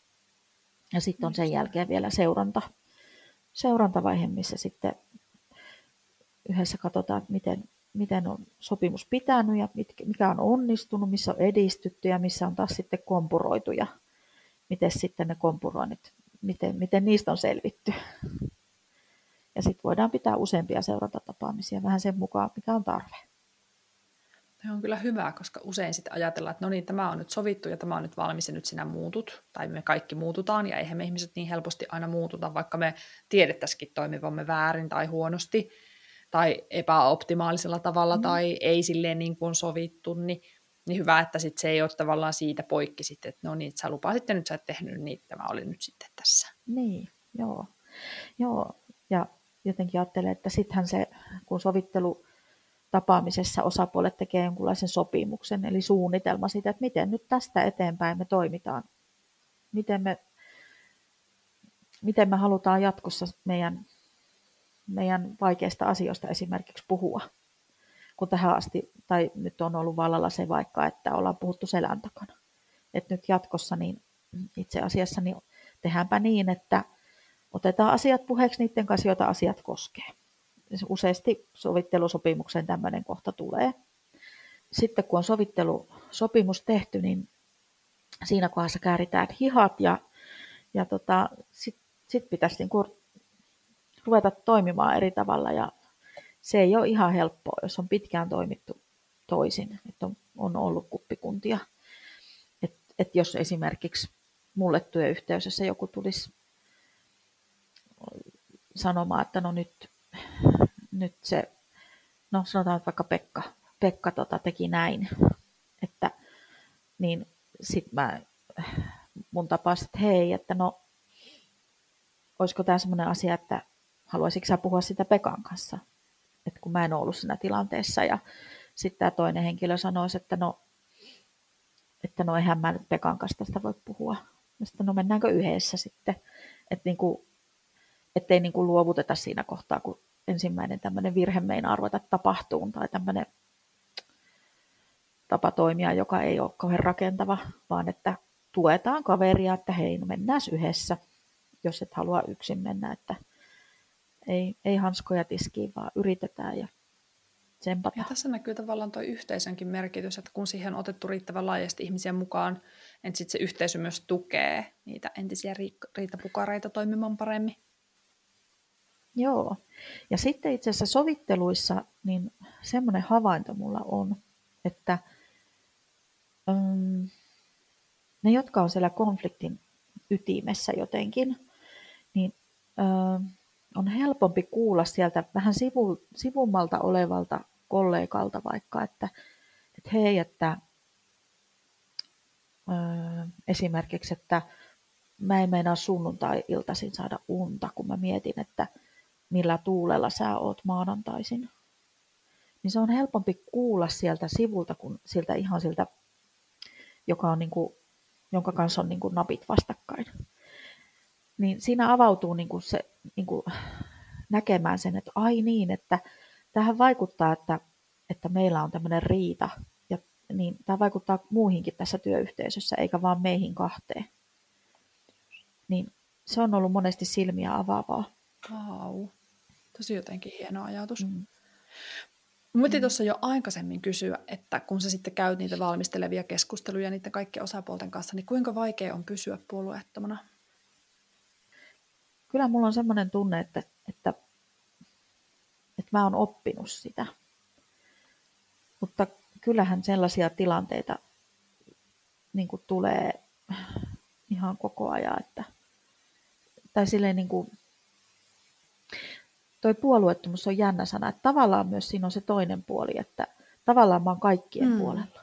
Ja sitten on sen jälkeen vielä seuranta, seurantavaihe, missä sitten yhdessä katsotaan, miten, miten on sopimus pitänyt ja mikä on onnistunut, missä on edistytty ja missä on taas sitten kompuroitu ja miten sitten ne kompuroinnit, miten, miten niistä on selvitty. Ja sitten voidaan pitää useampia seurantatapaamisia vähän sen mukaan, mikä on tarve. Se on kyllä hyvä, koska usein sitten ajatellaan, että no niin, tämä on nyt sovittu ja tämä on nyt valmis ja nyt sinä muutut. Tai me kaikki muututaan ja eihän me ihmiset niin helposti aina muututa, vaikka me tiedettäisikin toimivamme väärin tai huonosti tai epäoptimaalisella tavalla mm. tai ei silleen niin kuin on sovittu, niin, niin hyvä, että sit se ei ole tavallaan siitä poikki sitten, että no niin, että sä lupasit ja nyt sä et tehnyt, niin tämä oli nyt sitten tässä. Niin, joo. joo. Ja jotenkin ajattelen, että sittenhän se, kun sovittelutapaamisessa osapuolet tekee jonkunlaisen sopimuksen, eli suunnitelma siitä, että miten nyt tästä eteenpäin me toimitaan, miten me, miten me halutaan jatkossa meidän, meidän vaikeista asioista esimerkiksi puhua. Kun tähän asti, tai nyt on ollut vallalla se vaikka, että ollaan puhuttu selän takana. Että nyt jatkossa niin itse asiassa niin tehdäänpä niin, että otetaan asiat puheeksi niiden kanssa, joita asiat koskee. Useasti sovittelusopimukseen tämmöinen kohta tulee. Sitten kun on sovittelusopimus tehty, niin siinä kohdassa kääritään hihat ja, ja tota, sitten sit pitäisi niinku ruveta toimimaan eri tavalla. Ja se ei ole ihan helppoa, jos on pitkään toimittu toisin, että on, on ollut kuppikuntia. Et, et jos esimerkiksi mulle työyhteisössä joku tulisi sanomaan, että no nyt, nyt se, no sanotaan että vaikka Pekka, Pekka tota teki näin, että niin sit mä, mun tapasin, että hei, että no, olisiko tämä semmoinen asia, että haluaisitko sä puhua sitä Pekan kanssa, että kun mä en ollut siinä tilanteessa ja sitten tämä toinen henkilö sanoisi, että no, että no eihän mä nyt Pekan kanssa tästä voi puhua. Ja sitten no mennäänkö yhdessä sitten, että niinku ettei niin kuin luovuteta siinä kohtaa, kun ensimmäinen tämmöinen virhe meinaa arvata tapahtuun tai tämmöinen tapa toimia, joka ei ole kauhean rakentava, vaan että tuetaan kaveria, että hei, no mennään yhdessä, jos et halua yksin mennä, että ei, ei hanskoja tiskiin, vaan yritetään ja tsempataan. Ja tässä näkyy tavallaan tuo yhteisönkin merkitys, että kun siihen on otettu riittävän laajasti ihmisiä mukaan, niin sitten se yhteisö myös tukee niitä entisiä riitapukareita toimimaan paremmin. Joo. Ja sitten itse asiassa sovitteluissa niin semmoinen havainto mulla on, että um, ne, jotka on siellä konfliktin ytimessä jotenkin, niin um, on helpompi kuulla sieltä vähän sivu, sivummalta olevalta kollegalta vaikka, että, että hei, että um, esimerkiksi, että mä en meinaa sunnuntai-iltaisin saada unta, kun mä mietin, että millä tuulella sä oot maanantaisin. Niin se on helpompi kuulla sieltä sivulta kuin siltä ihan siltä, joka on niin kuin, jonka kanssa on niin kuin napit vastakkain. Niin siinä avautuu niin kuin se niin kuin näkemään sen, että ai niin, että tähän vaikuttaa, että, että meillä on tämmöinen riita. Ja niin, tämä vaikuttaa muihinkin tässä työyhteisössä, eikä vaan meihin kahteen. Niin se on ollut monesti silmiä avaavaa. Vau, tosi jotenkin hieno ajatus. Mm. Mun piti tuossa jo aikaisemmin kysyä, että kun sä sitten käyt niitä valmistelevia keskusteluja niiden kaikkien osapuolten kanssa, niin kuinka vaikea on pysyä puolueettomana? Kyllä mulla on semmoinen tunne, että, että, että mä oon oppinut sitä. Mutta kyllähän sellaisia tilanteita niin kuin tulee ihan koko ajan, että tai silleen niin kuin, toi puolueettomuus on jännä sana, että tavallaan myös siinä on se toinen puoli, että tavallaan mä oon kaikkien mm. puolella.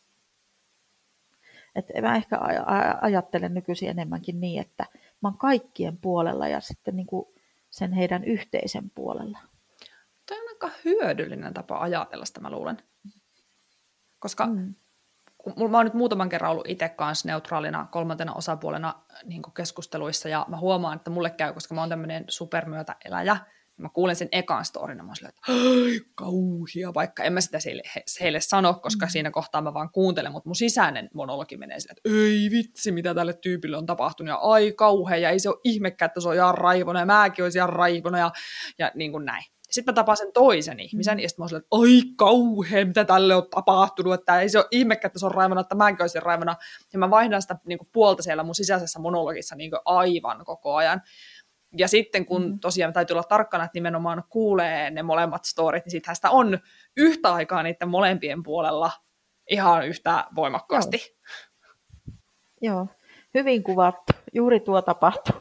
Että mä ehkä ajattelen nykyisin enemmänkin niin, että mä oon kaikkien puolella ja sitten niin kuin sen heidän yhteisen puolella. Tämä on aika hyödyllinen tapa ajatella sitä, mä luulen. Koska mm. mä oon nyt muutaman kerran ollut itse kanssa neutraalina kolmantena osapuolena niin kuin keskusteluissa, ja mä huomaan, että mulle käy, koska mä oon tämmöinen supermyötäeläjä, mä kuulen sen ekan storin, ja mä oon silleen, että kauhia, vaikka en mä sitä heille, heille sano, koska mm. siinä kohtaa mä vaan kuuntelen, mutta mun sisäinen monologi menee silleen, että ei vitsi, mitä tälle tyypille on tapahtunut, ja ai kauhea, ja ei se ole ihmekään, että se on ihan raivona, ja mäkin olisin ihan raivona, ja, ja niin kuin näin. Sitten mä tapaan sen toisen ihmisen, mm. ja sitten mä oon silleen, että ai kauhea, mitä tälle on tapahtunut, että ei se ole ihmekään, että se on raivona, että mäkin olisin raivona. Ja mä vaihdan sitä niin kuin puolta siellä mun sisäisessä monologissa niin kuin aivan koko ajan. Ja sitten kun mm. tosiaan täytyy olla tarkkana, että nimenomaan kuulee ne molemmat storit, niin sittenhän sitä on yhtä aikaa niiden molempien puolella ihan yhtä voimakkaasti. Joo, Joo. Hyvin kuvattu. Juuri tuo tapahtui.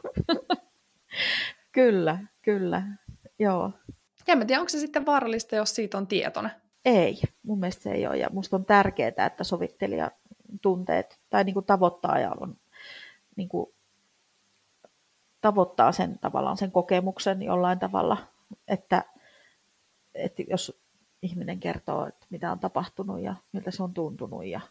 Kyllä, kyllä. Joo. Ja en tiedä, onko se sitten vaarallista, jos siitä on tietoinen? Ei, mun mielestä se ei ole. Ja musta on tärkeää, että sovittelija tunteet tai niin kuin tavoittaa ja on, niin kuin, tavoittaa sen tavallaan sen kokemuksen jollain tavalla, että, että jos ihminen kertoo, että mitä on tapahtunut ja miltä se on tuntunut ja,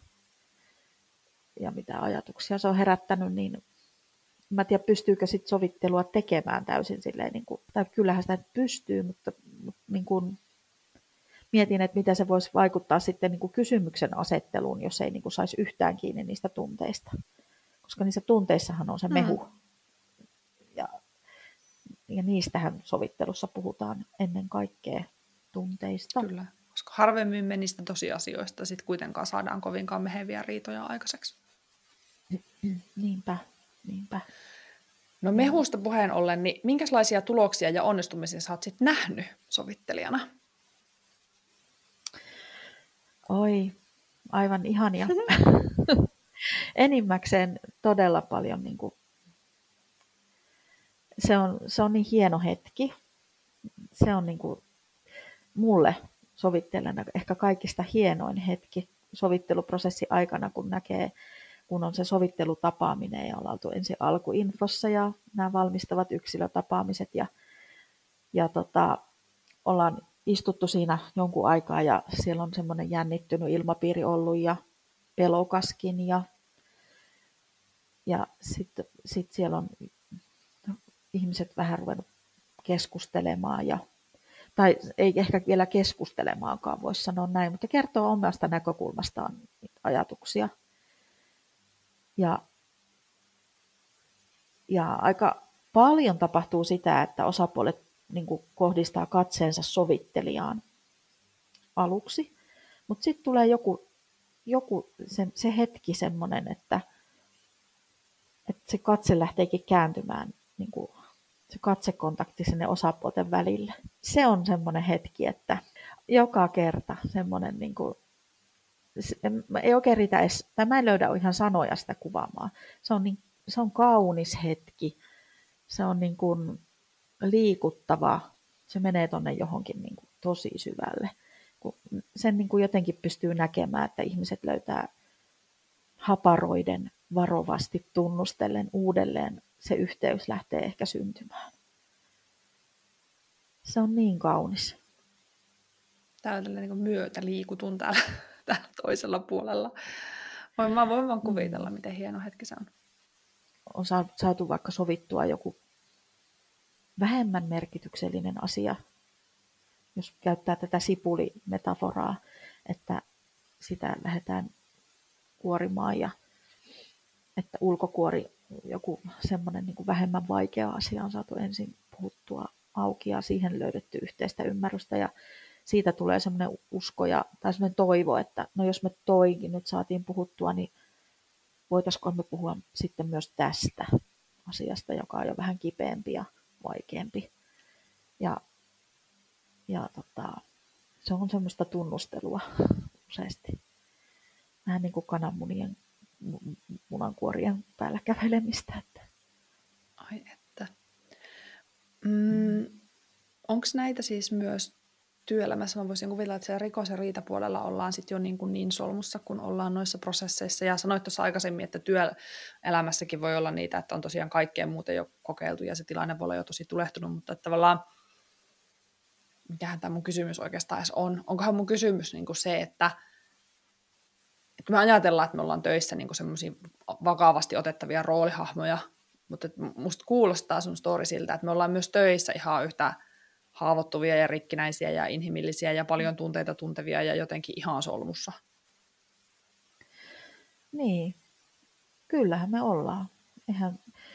ja mitä ajatuksia se on herättänyt, niin mä en tiedä, pystyykö sit sovittelua tekemään täysin silleen, niin kuin, tai kyllähän sitä pystyy, mutta, mutta niin kuin, mietin, että mitä se voisi vaikuttaa sitten niin kuin kysymyksen asetteluun, jos ei niin kuin saisi yhtään kiinni niistä tunteista. Koska niissä tunteissahan on se mehu. Mm. Ja, ja niistähän sovittelussa puhutaan ennen kaikkea tunteista. Kyllä, koska harvemmin me niistä tosiasioista sitten kuitenkaan saadaan kovinkaan meheviä riitoja aikaiseksi. Niinpä. Niinpä. No mehusta puheen ollen, niin minkälaisia tuloksia ja onnistumisia sä oot sitten nähnyt sovittelijana? Oi, aivan ihania. Enimmäkseen todella paljon. Niin kuin, se, on, se on niin hieno hetki. Se on niin kuin, mulle sovittelijana ehkä kaikista hienoin hetki sovitteluprosessin aikana, kun näkee, kun on se sovittelutapaaminen ja ollaan oltu ensin alkuinfossa ja nämä valmistavat yksilötapaamiset ja, ja tota, ollaan istuttu siinä jonkun aikaa ja siellä on semmoinen jännittynyt ilmapiiri ollut ja pelokaskin ja, ja sitten sit siellä on ihmiset vähän ruvennut keskustelemaan ja tai ei ehkä vielä keskustelemaankaan voisi sanoa näin, mutta kertoo omasta näkökulmastaan ajatuksia. Ja, ja aika paljon tapahtuu sitä, että osapuolet niin kuin kohdistaa katseensa sovittelijaan aluksi, mutta sitten tulee joku, joku se, se hetki semmoinen, että, että se katse lähteekin kääntymään, niin kuin se katsekontakti sinne osapuolten välille. Se on semmoinen hetki, että joka kerta semmoinen, niin kuin, ei oikein riitä edes, tai mä en löydä ihan sanoja sitä kuvaamaan. Se on, niin, se on kaunis hetki, se on niin kuin liikuttava, se menee tonne johonkin niin kuin tosi syvälle. Kun sen niin kuin jotenkin pystyy näkemään, että ihmiset löytää haparoiden varovasti tunnustellen uudelleen se yhteys lähtee ehkä syntymään. Se on niin kaunis. Täällä niin myötä liikutun täällä, täällä toisella puolella. Voin, mä voin vaan kuvitella, mm. miten hieno hetki se on. On saatu vaikka sovittua joku vähemmän merkityksellinen asia, jos käyttää tätä sipulimetaforaa, että sitä lähdetään kuorimaan ja että ulkokuori, joku semmoinen niin kuin vähemmän vaikea asia on saatu ensin puhuttua auki ja siihen löydetty yhteistä ymmärrystä ja siitä tulee semmoinen usko ja, tai semmoinen toivo, että no jos me toikin nyt saatiin puhuttua, niin voitaisiko me puhua sitten myös tästä asiasta, joka on jo vähän kipeämpi ja vaikeampi. Ja, ja tota, se on semmoista tunnustelua useasti. Vähän niin kuin kananmunien munankuorien päällä kävelemistä. Että. Ai että. Mm, onko näitä siis myös työelämässä? Mä voisin kuvitella, että siellä rikos- ja riitapuolella ollaan sitten jo niin, kuin niin solmussa, kun ollaan noissa prosesseissa. Ja sanoit tuossa aikaisemmin, että työelämässäkin voi olla niitä, että on tosiaan kaikkea muuten jo kokeiltu ja se tilanne voi olla jo tosi tulehtunut, mutta että tavallaan mikähän tämä mun kysymys oikeastaan edes on? Onkohan mun kysymys niin kuin se, että että me ajatellaan, että me ollaan töissä niin semmoisia vakavasti otettavia roolihahmoja, mutta musta kuulostaa sun story siltä, että me ollaan myös töissä ihan yhtä haavoittuvia ja rikkinäisiä ja inhimillisiä ja paljon tunteita tuntevia ja jotenkin ihan solmussa. Niin, kyllähän me ollaan. Eihän.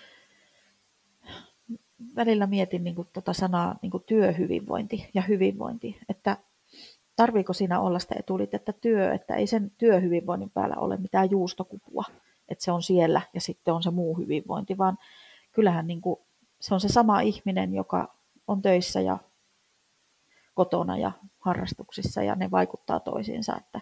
Välillä mietin niin kuin tuota sanaa niin kuin työhyvinvointi ja hyvinvointi, että tarviiko siinä olla sitä etuliitettä työ, että ei sen työhyvinvoinnin päällä ole mitään juustokupua, että se on siellä ja sitten on se muu hyvinvointi, vaan kyllähän niin kuin, se on se sama ihminen, joka on töissä ja kotona ja harrastuksissa ja ne vaikuttaa toisiinsa, että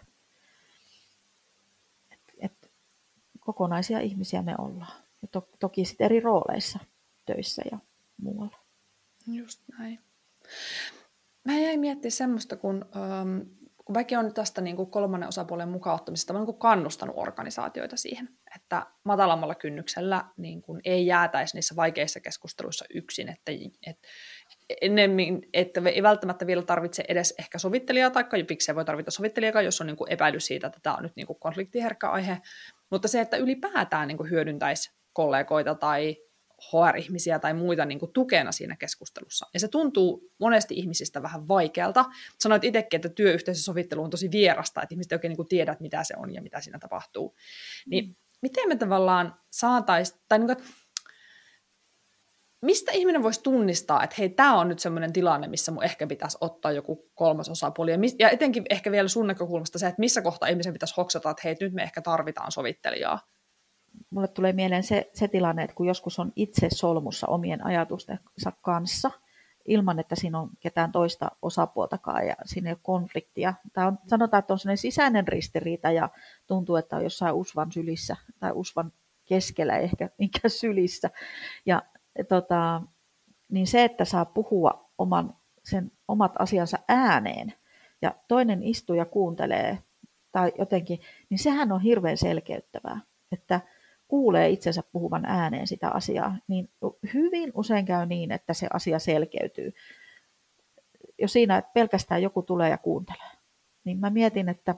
et, et, kokonaisia ihmisiä me ollaan. Ja to, toki sitten eri rooleissa töissä ja muualla. Just näin. Mä jäin miettimään semmoista, kun, ähm, kun väki on tästä niin kuin kolmannen osapuolen mukauttamisesta, mä oon niin kuin kannustanut organisaatioita siihen, että matalammalla kynnyksellä niin kuin ei jäätäisi niissä vaikeissa keskusteluissa yksin, että, että ennemmin, että ei välttämättä vielä tarvitse edes ehkä sovittelijaa, tai pikseen voi tarvita sovittelijaa, jos on niin kuin epäily siitä, että tämä on nyt niin kuin konfliktiherkkä aihe, mutta se, että ylipäätään niin kuin hyödyntäisi kollegoita tai H R-ihmisiä tai muita niin kuin tukena siinä keskustelussa. Ja se tuntuu monesti ihmisistä vähän vaikealta. Sanoit itsekin, että työyhteisösovittelu on tosi vierasta, että ihmiset ei oikein niin kuin tiedä, mitä se on ja mitä siinä tapahtuu. Niin mm. miten me tavallaan saataisiin, tai niin kuin, mistä ihminen voisi tunnistaa, että hei, tämä on nyt semmoinen tilanne, missä mun ehkä pitäisi ottaa joku kolmas osapuoli. Ja, mis, ja etenkin ehkä vielä sun näkökulmasta se, että missä kohtaa ihmisen pitäisi hoksata, että hei, nyt me ehkä tarvitaan sovittelijaa. Mulle tulee mieleen se, se tilanne, että kun joskus on itse solmussa omien ajatustensa kanssa, ilman että siinä on ketään toista osapuoltakaan ja siinä ei ole konfliktia. Tai on, sanotaan, että on sellainen sisäinen ristiriita ja tuntuu, että on jossain usvan sylissä tai usvan keskellä ehkä minkä sylissä. Ja, tota, niin se, että saa puhua oman, sen omat asiansa ääneen ja toinen istuu ja kuuntelee tai jotenkin, niin sehän on hirveän selkeyttävää, että kuulee itsensä puhuvan ääneen sitä asiaa, niin hyvin usein käy niin, että se asia selkeytyy. Jo siinä, että pelkästään joku tulee ja kuuntelee. Niin mä mietin, että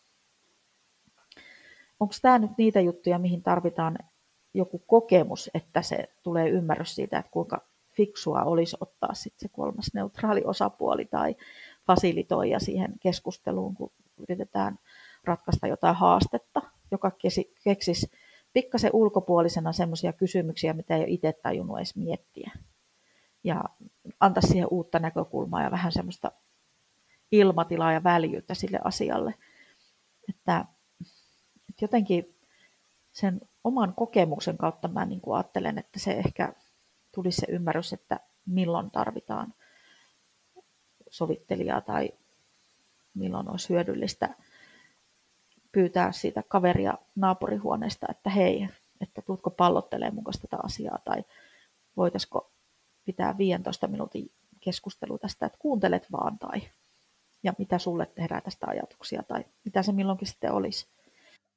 onko tämä nyt niitä juttuja, mihin tarvitaan joku kokemus, että se tulee ymmärrys siitä, että kuinka fiksua olisi ottaa sitten se kolmas neutraali osapuoli tai fasilitoija siihen keskusteluun, kun yritetään ratkaista jotain haastetta, joka keksisi pikkasen ulkopuolisena semmoisia kysymyksiä, mitä ei ole itse tajunnut edes miettiä. Ja antaa siihen uutta näkökulmaa ja vähän semmoista ilmatilaa ja väljyyttä sille asialle. Että, että jotenkin sen oman kokemuksen kautta mä niin kuin ajattelen, että se ehkä tulisi se ymmärrys, että milloin tarvitaan sovittelijaa tai milloin olisi hyödyllistä pyytää siitä kaveria naapurihuoneesta, että hei, että tuutko pallottelemaan mukaan tätä asiaa, tai voitaisiko pitää viidentoista minuutin keskustelu tästä, että kuuntelet vaan, tai ja mitä sulle tehdään tästä ajatuksia, tai mitä se milloinkin sitten olisi.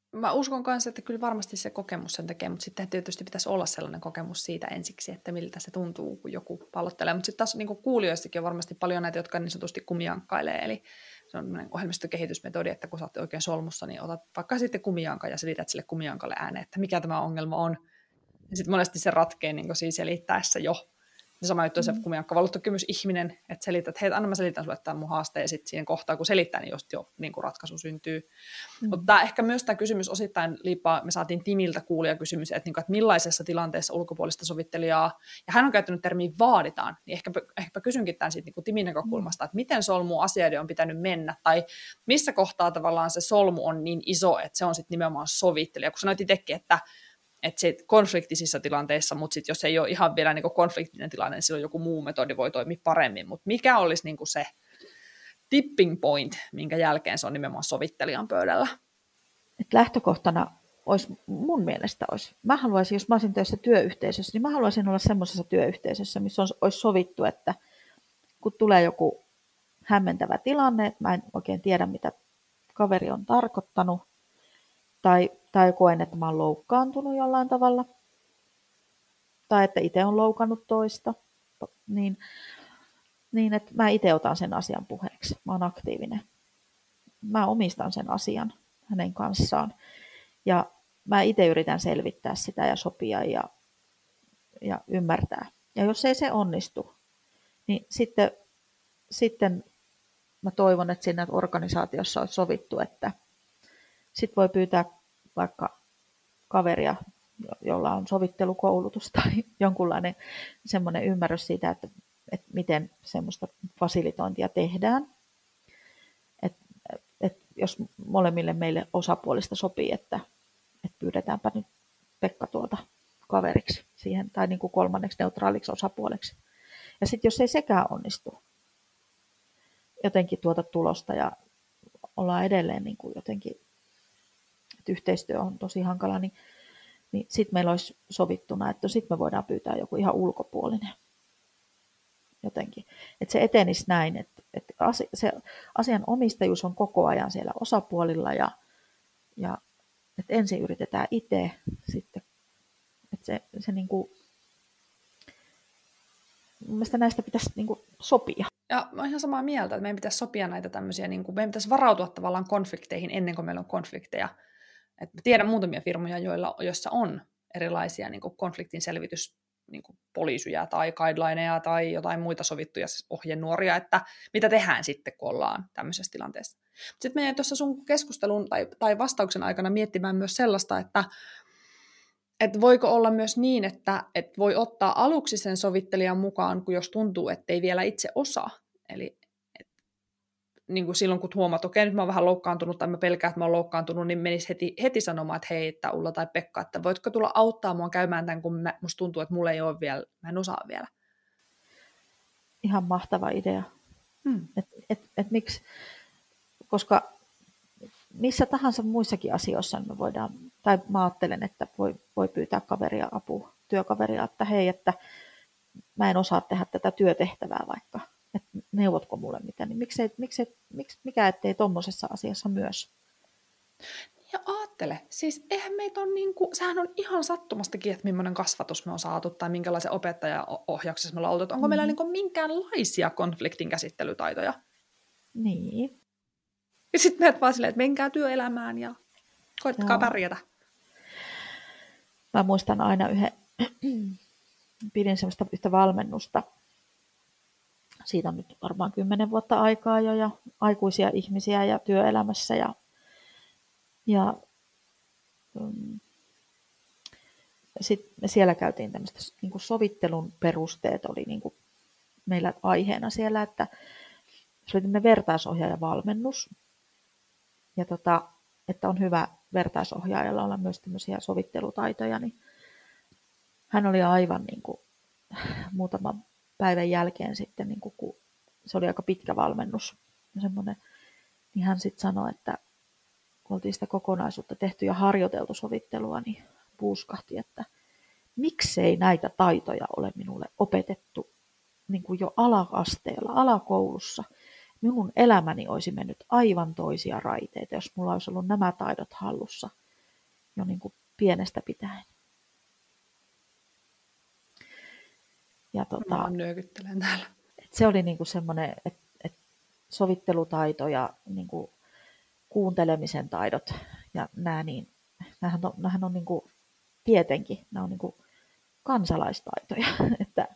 Mä uskon kanssa, että kyllä varmasti se kokemus sen tekee, mutta sitten tietysti pitäisi olla sellainen kokemus siitä ensiksi, että miltä se tuntuu, kun joku pallottelee. Mutta sitten taas niin kuulijoistakin on varmasti paljon näitä, jotka niin sanotusti kumijankkailee, eli se on ohjelmistokehitysmetodi, että kun sä oot oikein solmussa, niin otat vaikka sitten kumijankan ja selität sille kumijankalle ääneen, että mikä tämä ongelma on. Ja sitten monesti se ratkee niin siinä selittäessä jo. Ja sama juttu on se kumijankkavaluttokymmys ihminen, että selität, että hei, anna mä selitän sulle tämän mun haasteen, ja sitten siihen kohtaa, kun selittää, niin just jo niin kuin ratkaisu syntyy. Mm. Mutta ehkä myös tämä kysymys osittain liippaa, me saatiin Timiltä kuulijakysymys, että, niin kuin, että millaisessa tilanteessa ulkopuolista sovittelijaa, ja hän on käyttänyt termiä vaaditaan, niin ehkäpä, ehkäpä kysynkin tämän siitä niin kuin Timin näkökulmasta, että miten solmu asioiden on pitänyt mennä, tai missä kohtaa tavallaan se solmu on niin iso, että se on sitten nimenomaan sovittelija, kun sanoit itsekin, että että se konfliktisissa tilanteissa, mutta sitten jos ei ole ihan vielä niin konfliktinen tilanne, niin silloin joku muu metodi voi toimia paremmin. Mutta mikä olisi niin se tipping point, minkä jälkeen se on nimenomaan sovittelijan pöydällä? Et lähtökohtana olisi, mun mielestä olisi, mä haluaisin, jos mä olisin töissä työyhteisössä, niin mä haluaisin olla semmoisessa työyhteisössä, missä on, olisi sovittu, että kun tulee joku hämmentävä tilanne, että mä en oikein tiedä, mitä kaveri on tarkoittanut, tai, tai koen, että mä oon loukkaantunut jollain tavalla, tai että itse on loukannut toista, niin, niin että mä itse otan sen asian puheeksi. Mä oon aktiivinen. Mä omistan sen asian hänen kanssaan, ja mä itse yritän selvittää sitä ja sopia ja, ja ymmärtää. Ja jos ei se onnistu, niin sitten, sitten mä toivon, että siinä organisaatiossa on sovittu, että sitten voi pyytää vaikka kaveria, jolla on sovittelukoulutus tai jonkunlainen semmoinen ymmärrys siitä, että, että miten semmoista fasilitointia tehdään. Et, et jos molemmille meille osapuolista sopii, että, että pyydetäänpä nyt Pekka tuolta kaveriksi siihen tai niin kuin kolmanneksi neutraaliksi osapuoleksi. Ja sitten jos ei sekään onnistu, jotenkin tuota tulosta ja ollaan edelleen niin kuin jotenkin, että yhteistyö on tosi hankala, niin, niin sitten meillä olisi sovittuna, että sitten me voidaan pyytää joku ihan ulkopuolinen jotenkin. Että se etenisi näin, että, että se asian omistajuus on koko ajan siellä osapuolilla ja, ja että ensin yritetään itse sitten, että se, se niin kuin, mielestäni näistä pitäisi niin kuin sopia. Ja mä oon ihan samaa mieltä, että meidän pitäisi sopia näitä tämmöisiä, niin kuin, meidän pitäisi varautua tavallaan konflikteihin ennen kuin meillä on konflikteja. Et mä tiedän muutamia firmoja, joilla, joissa on erilaisia niin kuin konfliktin selvitys, niin kuin poliisyjä tai guidelineja tai jotain muita sovittuja ohjenuoria, että mitä tehdään sitten, kun ollaan tämmöisessä tilanteessa. Sitten meidän tuossa sun keskustelun tai, tai vastauksen aikana miettimään myös sellaista, että että voiko olla myös niin, että, että voi ottaa aluksi sen sovittelijan mukaan, kun jos tuntuu, että ei vielä itse osaa. Eli et, niin kuin silloin, kun huomaat, että okei, nyt mä oon vähän loukkaantunut tai mä pelkään, että mä oon loukkaantunut, niin menisi heti, heti sanomaan, että hei, että Ulla tai Pekka, että voitko tulla auttaa mua käymään tämän, kun mä, musta tuntuu, että mulla ei ole vielä, mä en osaa vielä. Ihan mahtava idea. Hmm. Et, et, et miksi? Koska missä tahansa muissakin asioissa me voidaan, tai mä ajattelen, että voi, voi pyytää kaveria apua, työkaveria, että hei, että mä en osaa tehdä tätä työtehtävää vaikka, että neuvotko mulle mitä, niin miksei, miksei, miks, mikä ettei tommosessa asiassa myös. Ja aattele, siis eihän meitä on niinku, sehän on ihan sattumastakin, että millainen kasvatus me on saatu tai minkälaisen opettajaohjauksessa me ollaan oltu, onko mm. meillä niinku minkäänlaisia konfliktin käsittelytaitoja. Niin. Ja sitten meidät vaan silleen, että menkää työelämään ja koittakaa Joo. pärjätä. Mä muistan aina yhden, pidin semmoista yhtä valmennusta. Siitä on nyt varmaan kymmenen vuotta aikaa jo ja aikuisia ihmisiä ja työelämässä. Ja, ja um, sitten siellä käytiin tämmöistä niin kuin sovittelun perusteet oli niin kuin meillä aiheena siellä, että se oli tämmöinen vertaisohjaajavalmennus. Ja tota, että on hyvä vertaisohjaajalla olla myös tämmöisiä sovittelutaitoja, niin hän oli aivan niin kuin muutaman päivän jälkeen sitten, niin kuin, kun se oli aika pitkä valmennus, semmoinen, niin hän sitten sanoi, että kun oltiin sitä kokonaisuutta tehty ja harjoiteltu sovittelua, niin puuskahti, että miksei näitä taitoja ole minulle opetettu niin kuin jo ala-asteella, alakoulussa. Minun elämäni olisi mennyt aivan toisia raiteita, jos mulla olisi ollut nämä taidot hallussa. jo niin kuin pienestä pitäen. Ja tota, Mä vaan nyökyttelen täällä. et se oli niin kuin semmoinen, että et sovittelutaito ja niin kuin kuuntelemisen taidot ja nämä, niin, nämähän on, nämähän on niin kuin, tietenkin, nämä on niin kuin kansalaistaitoja. että,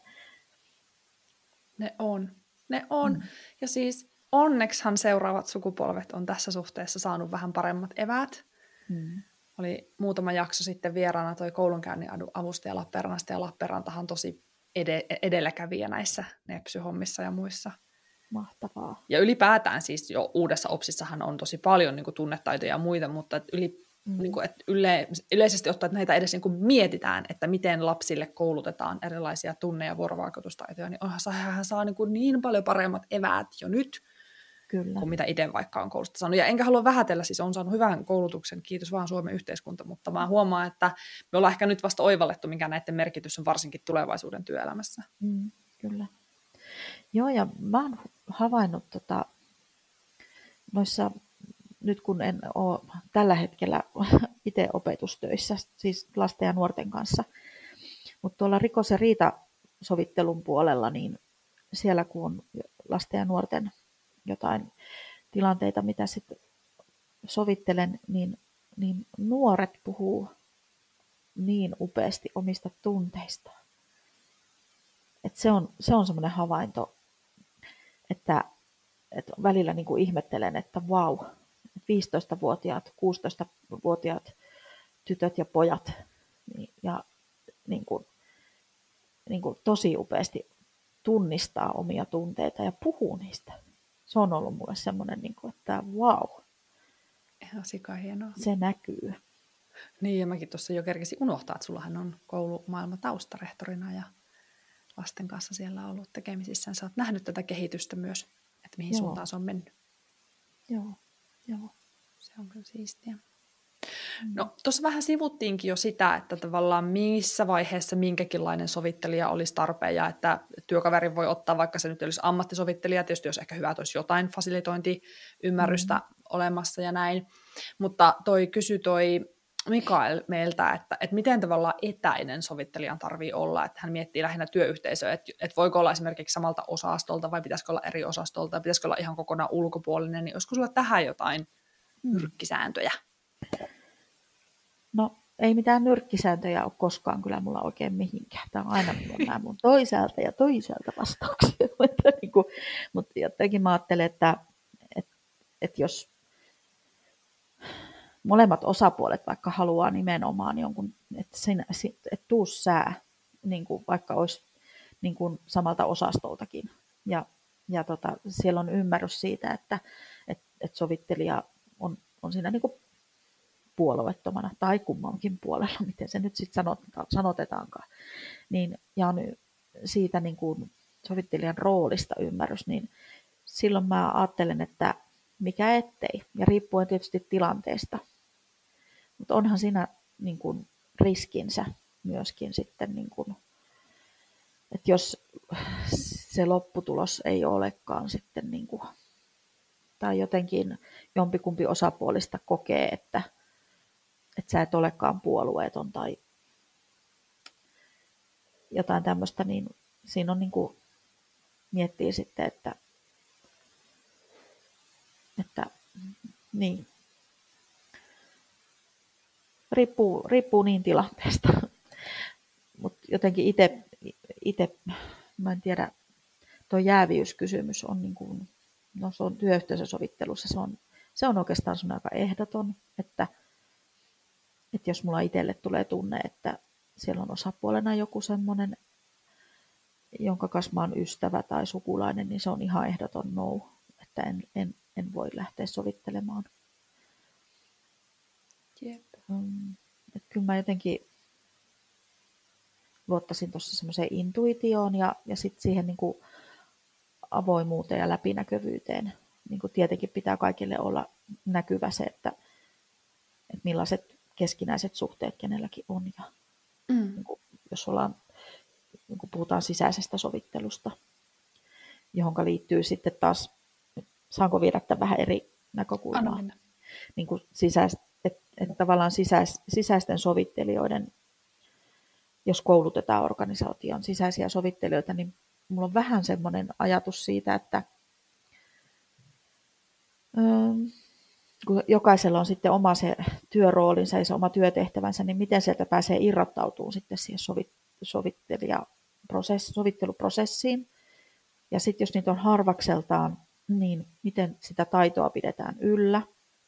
Ne on. Ne on. mm. Ja siis onneksihan seuraavat sukupolvet on tässä suhteessa saanut vähän paremmat eväät. Mm. Oli muutama jakso sitten vieraana toi koulunkäynnin avustaja Lappeenrannasta, ja Lappeenrantahan tosi ed- edelläkävijä näissä nepsyhommissa ja muissa. Mahtavaa. Ja ylipäätään siis jo uudessa OPSissahan on tosi paljon niin kuin tunnetaitoja ja muita, mutta et yli, Mm. niin kuin, et yle, yleisesti ottaen, että näitä edes niin kuin mietitään, että miten lapsille koulutetaan erilaisia tunne- ja vuorovaikutustaitoja, niin onhan hän saa niin, kuin niin paljon paremmat eväät jo nyt, Kyllä. kuin mitä itse vaikka on koulusta saanut. Ja enkä halua vähätellä, siis on saanut hyvän koulutuksen, kiitos vaan Suomen yhteiskunta, mutta mä huomaan, että me ollaan ehkä nyt vasta oivallettu, mikä näiden merkitys on varsinkin tulevaisuuden työelämässä. Mm, kyllä. Joo, ja mä oon havainnut tota, noissa, nyt kun en ole tällä hetkellä itse opetustöissä, siis lasten ja nuorten kanssa, mutta tuolla rikos- ja riitasovittelun puolella, niin siellä kun on lasten ja nuorten jotain tilanteita, mitä sitten sovittelen, niin, niin nuoret puhuu niin upeasti omista tunteistaan. Et se on, se on semmoinen havainto, että, että välillä niin kuin ihmettelen, että vau, viisitoistavuotiaat, kuusitoistavuotiaat tytöt ja pojat niin, ja niin kuin, niin kuin tosi upeasti tunnistaa omia tunteita ja puhuu niistä. Se on ollut mulle semmoinen, niin kuin, että vau, Ihan sika hienoa. se näkyy. Niin, ja mäkin tuossa jo kerkesin unohtaa, että sullahan on koulumaailma taustarehtorina ja lasten kanssa siellä ollut tekemisissä. Sä oot nähnyt tätä kehitystä myös, että mihin Joo. suuntaan se on mennyt. Joo, joo. Se on kyllä siistiä. No, tuossa vähän sivuttiinkin jo sitä, että tavallaan missä vaiheessa minkäkinlainen sovittelija olisi tarpeen, ja että työkaveri voi ottaa, vaikka se nyt olisi ammattisovittelija, tietysti jos ehkä hyvä, että olisi jotain fasilitointiymmärrystä mm. olemassa ja näin. Mutta toi kysy toi Mikael meiltä, että, että miten tavallaan etäinen sovittelijan tarvii olla, että hän miettii lähinnä työyhteisöä, että, että voiko olla esimerkiksi samalta osastolta vai pitäisikö olla eri osastolta, pitäisikö olla ihan kokonaan ulkopuolinen, niin olisiko sulla tähän jotain nyrkkisääntöjä? No ei mitään nyrkkisääntöjä ole koskaan kyllä mulla oikein mihinkään. Tämä on aina nämä mun toisaalta ja toisaalta vastauksia. mutta, niin kuin, mutta jotenkin mä ajattelen, että, että, että jos molemmat osapuolet vaikka haluaa nimenomaan jonkun, että, sinä, että tuu sää, niin kuin vaikka olisi niin kuin samalta osastoltakin. Ja, ja tota, siellä on ymmärrys siitä, että, että, että sovittelija on, on siinä niin kuin puolueettomana tai kummankin puolella, miten se nyt sitten sanotetaankaan, niin, ja on siitä niin kuin sovittelijan roolista ymmärrys, niin silloin mä ajattelen, että mikä ettei, ja riippuen tietysti tilanteesta, mutta onhan siinä niin kuin riskinsä myöskin sitten, niin kuin, että jos se lopputulos ei olekaan sitten, niin kuin, tai jotenkin jompikumpi osapuolista kokee, että että sä et olekaan puolueeton tai jotain tämmöistä, niin siinä on niin kuin miettii sitten, että, että niin, riippuu, riippuu niin tilanteesta, mutta jotenkin itse, itse, mä en tiedä, tuo jääviyskysymys on niin kuin, no se on työyhteisösovittelussa, se on, se on oikeastaan sun aika ehdoton, että Että jos mulla itselle tulee tunne, että siellä on osapuolena joku semmoinen, jonka kanssa mä oon ystävä tai sukulainen, niin se on ihan ehdoton no, että en, en, en voi lähteä sovittelemaan. Jep. Um, että kyllä mä jotenkin luottaisin tuossa semmoiseen intuitioon ja, ja sitten siihen niin kuin avoimuuteen ja läpinäkyvyyteen. Niin kuin tietenkin pitää kaikille olla näkyvä se, että, että millaiset keskinäiset suhteet kenelläkin on. Ja Mm. niin kuin, jos ollaan, niin kuin puhutaan sisäisestä sovittelusta, johon liittyy sitten taas, saanko viedä tämän vähän eri näkökulmaa, niin kuin sisäis, että et tavallaan sisäis, sisäisten sovittelijoiden, jos koulutetaan organisaation sisäisiä sovittelijoita, niin mulla on vähän semmoinen ajatus siitä, että kun jokaisella on sitten oma se työroolinsa ja se oma työtehtävänsä, niin miten sieltä pääsee irrottautumaan sitten siihen sovitteluprosessiin. Ja sitten jos niitä on harvakseltaan, niin miten sitä taitoa pidetään yllä.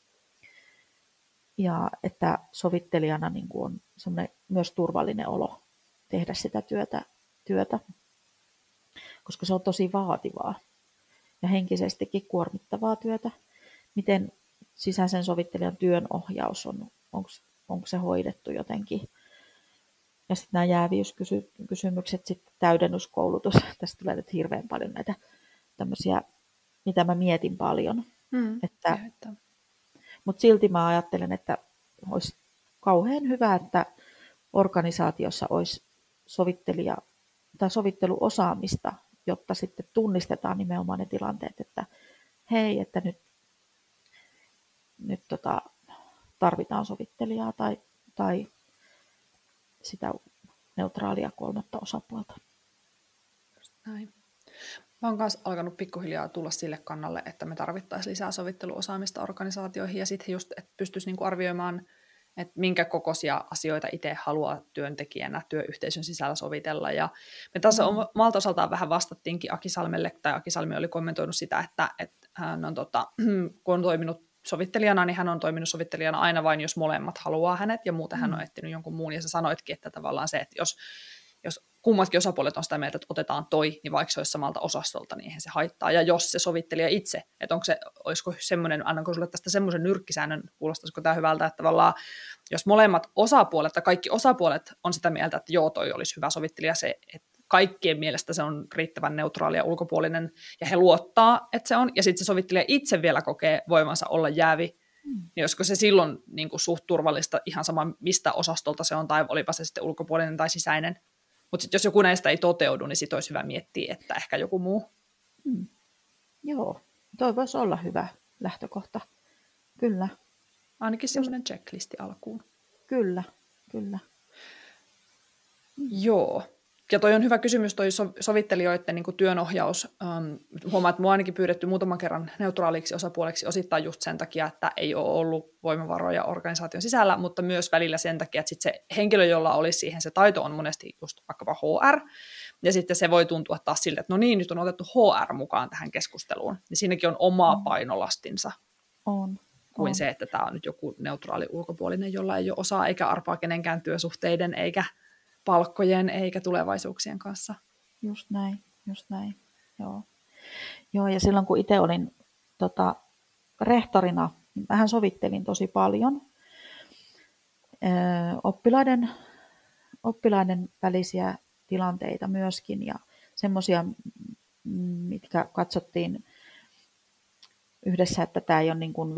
Ja että sovittelijana niin kuin on semmoinen myös turvallinen olo tehdä sitä työtä, työtä, koska se on tosi vaativaa ja henkisestikin kuormittavaa työtä. Miten sisäisen sovittelijan työnohjaus on, onko se hoidettu jotenkin. Ja sitten nämä jääviyskysymykset, sitten täydennyskoulutus. Tästä tulee nyt hirveän paljon näitä tämmöisiä, mitä mä mietin paljon. Mm, että, mutta silti mä ajattelen, että olisi kauhean hyvä, että organisaatiossa olisi sovittelija tai sovitteluosaamista, jotta sitten tunnistetaan nimenomaan ne tilanteet, että hei, että nyt nyt tota, tarvitaan sovittelijaa tai, tai sitä neutraalia kolmatta osapuolta. Näin. Mä oon myös alkanut pikkuhiljaa tulla sille kannalle, että me tarvittaisiin lisää sovitteluosaamista organisaatioihin ja sitten just, että pystyisi niinku arvioimaan, että minkä kokoisia asioita itse haluaa työntekijänä työyhteisön sisällä sovitella. Ja me tässä mm. omalta osaltaan vähän vastattiinkin Aki Salmelle, tai Aki Salmi oli kommentoinut sitä, että, että hän on, tota, kun on toiminut sovittelijana, niin hän on toiminut sovittelijana aina vain, jos molemmat haluaa hänet, ja muuten mm. hän on etsinyt jonkun muun, ja sä sanoitkin, että tavallaan se, että jos, jos kummatkin osapuolet on sitä mieltä, että otetaan toi, niin vaikka se olisi samalta osastolta, niin eihän se haittaa, ja jos se sovittelija itse, että onko se, olisiko semmoinen, annanko sulle tästä semmoisen nyrkkisäännön, kuulostaisiko tämä hyvältä, että tavallaan, jos molemmat osapuolet, tai kaikki osapuolet on sitä mieltä, että joo, toi olisi hyvä sovittelija, se, että kaikkien mielestä se on riittävän neutraali ja ulkopuolinen, ja he luottaa, että se on, ja sitten se sovittelija itse vielä kokee voimansa olla jäävi, mm. niin olisiko se silloin niin kuin suht turvallista ihan sama, mistä osastolta se on, tai olipa se sitten ulkopuolinen tai sisäinen. Mutta sitten jos joku näistä ei toteudu, niin sitten olisi hyvä miettiä, että ehkä joku muu. Mm. Joo, toi voisi olla hyvä lähtökohta. Kyllä. Ainakin semmoinen checklisti alkuun. Kyllä, kyllä. Mm. Joo. Ja toi on hyvä kysymys, toi sovittelijoiden niin kuin työnohjaus. Um, huomaa, että minua ainakin pyydetty muutaman kerran neutraaliksi osapuoleksi osittain just sen takia, että ei ole ollut voimavaroja organisaation sisällä, mutta myös välillä sen takia, että sit se henkilö, jolla olisi siihen se taito, on monesti just vaikkapa H R, ja sitten se voi tuntua taas siltä, että no niin, nyt on otettu H R mukaan tähän keskusteluun, niin siinäkin on oma painolastinsa. On. Kuin on. se, että tämä on nyt joku neutraali ulkopuolinen, jolla ei ole osaa eikä arpaa kenenkään työsuhteiden eikä palkkojen eikä tulevaisuuksien kanssa. Just näin, just näin. Joo. Joo, ja silloin kun itse olin tota, rehtorina, niin mähän sovittelin tosi paljon öö, oppilaiden, oppilaiden välisiä tilanteita myöskin, ja semmoisia, mitkä katsottiin yhdessä, että tämä ei ole niin kuin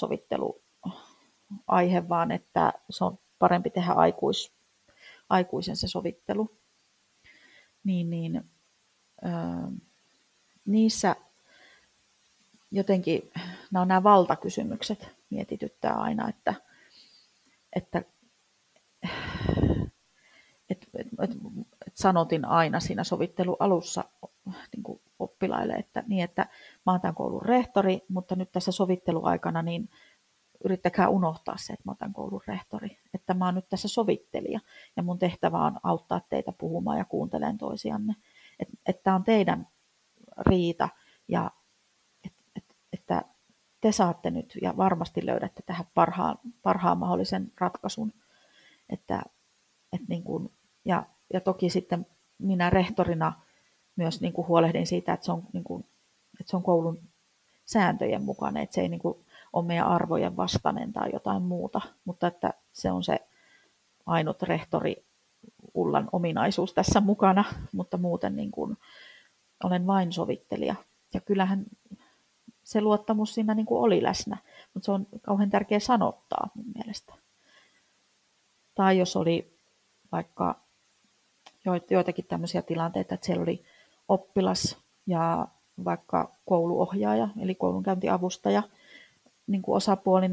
vertaissovitteluaihe, vaan että se on parempi tehdä aikuis, aikuisen se sovittelu. Niin, niin öö, niissä jotenkin nämä on nämä valtakysymykset mietityttää aina, että, että et, et, et, et sanotin aina siinä sovittelualussa niin kuin oppilaille, että, niin, että mä oon tämän koulun rehtori, mutta nyt tässä sovitteluaikana niin yrittäkää unohtaa se, että mä oon tämän koulun rehtori, että mä oon nyt tässä sovittelija ja mun tehtävä on auttaa teitä puhumaan ja kuuntelemaan toisianne, että, että on teidän riita ja et, et, että te saatte nyt ja varmasti löydätte tähän parhaan, parhaan mahdollisen ratkaisun, että, että niin kuin, ja, ja toki sitten minä rehtorina myös niin kuin huolehdin siitä, että se on, niin kuin, että se on koulun sääntöjen mukainen, että se ei niin kuin ole meidän arvojen vastainen tai jotain muuta, mutta että se on se ainut rehtori Ullan ominaisuus tässä mukana, mutta muuten niin kuin olen vain sovittelija. Ja kyllähän se luottamus siinä niin kuin oli läsnä, mutta se on kauhean tärkeä sanottaa mun mielestä. Tai jos oli vaikka joitakin tämmöisiä tilanteita, että siellä oli oppilas ja vaikka kouluohjaaja, eli koulunkäyntiavustaja niin kuin osapuolina,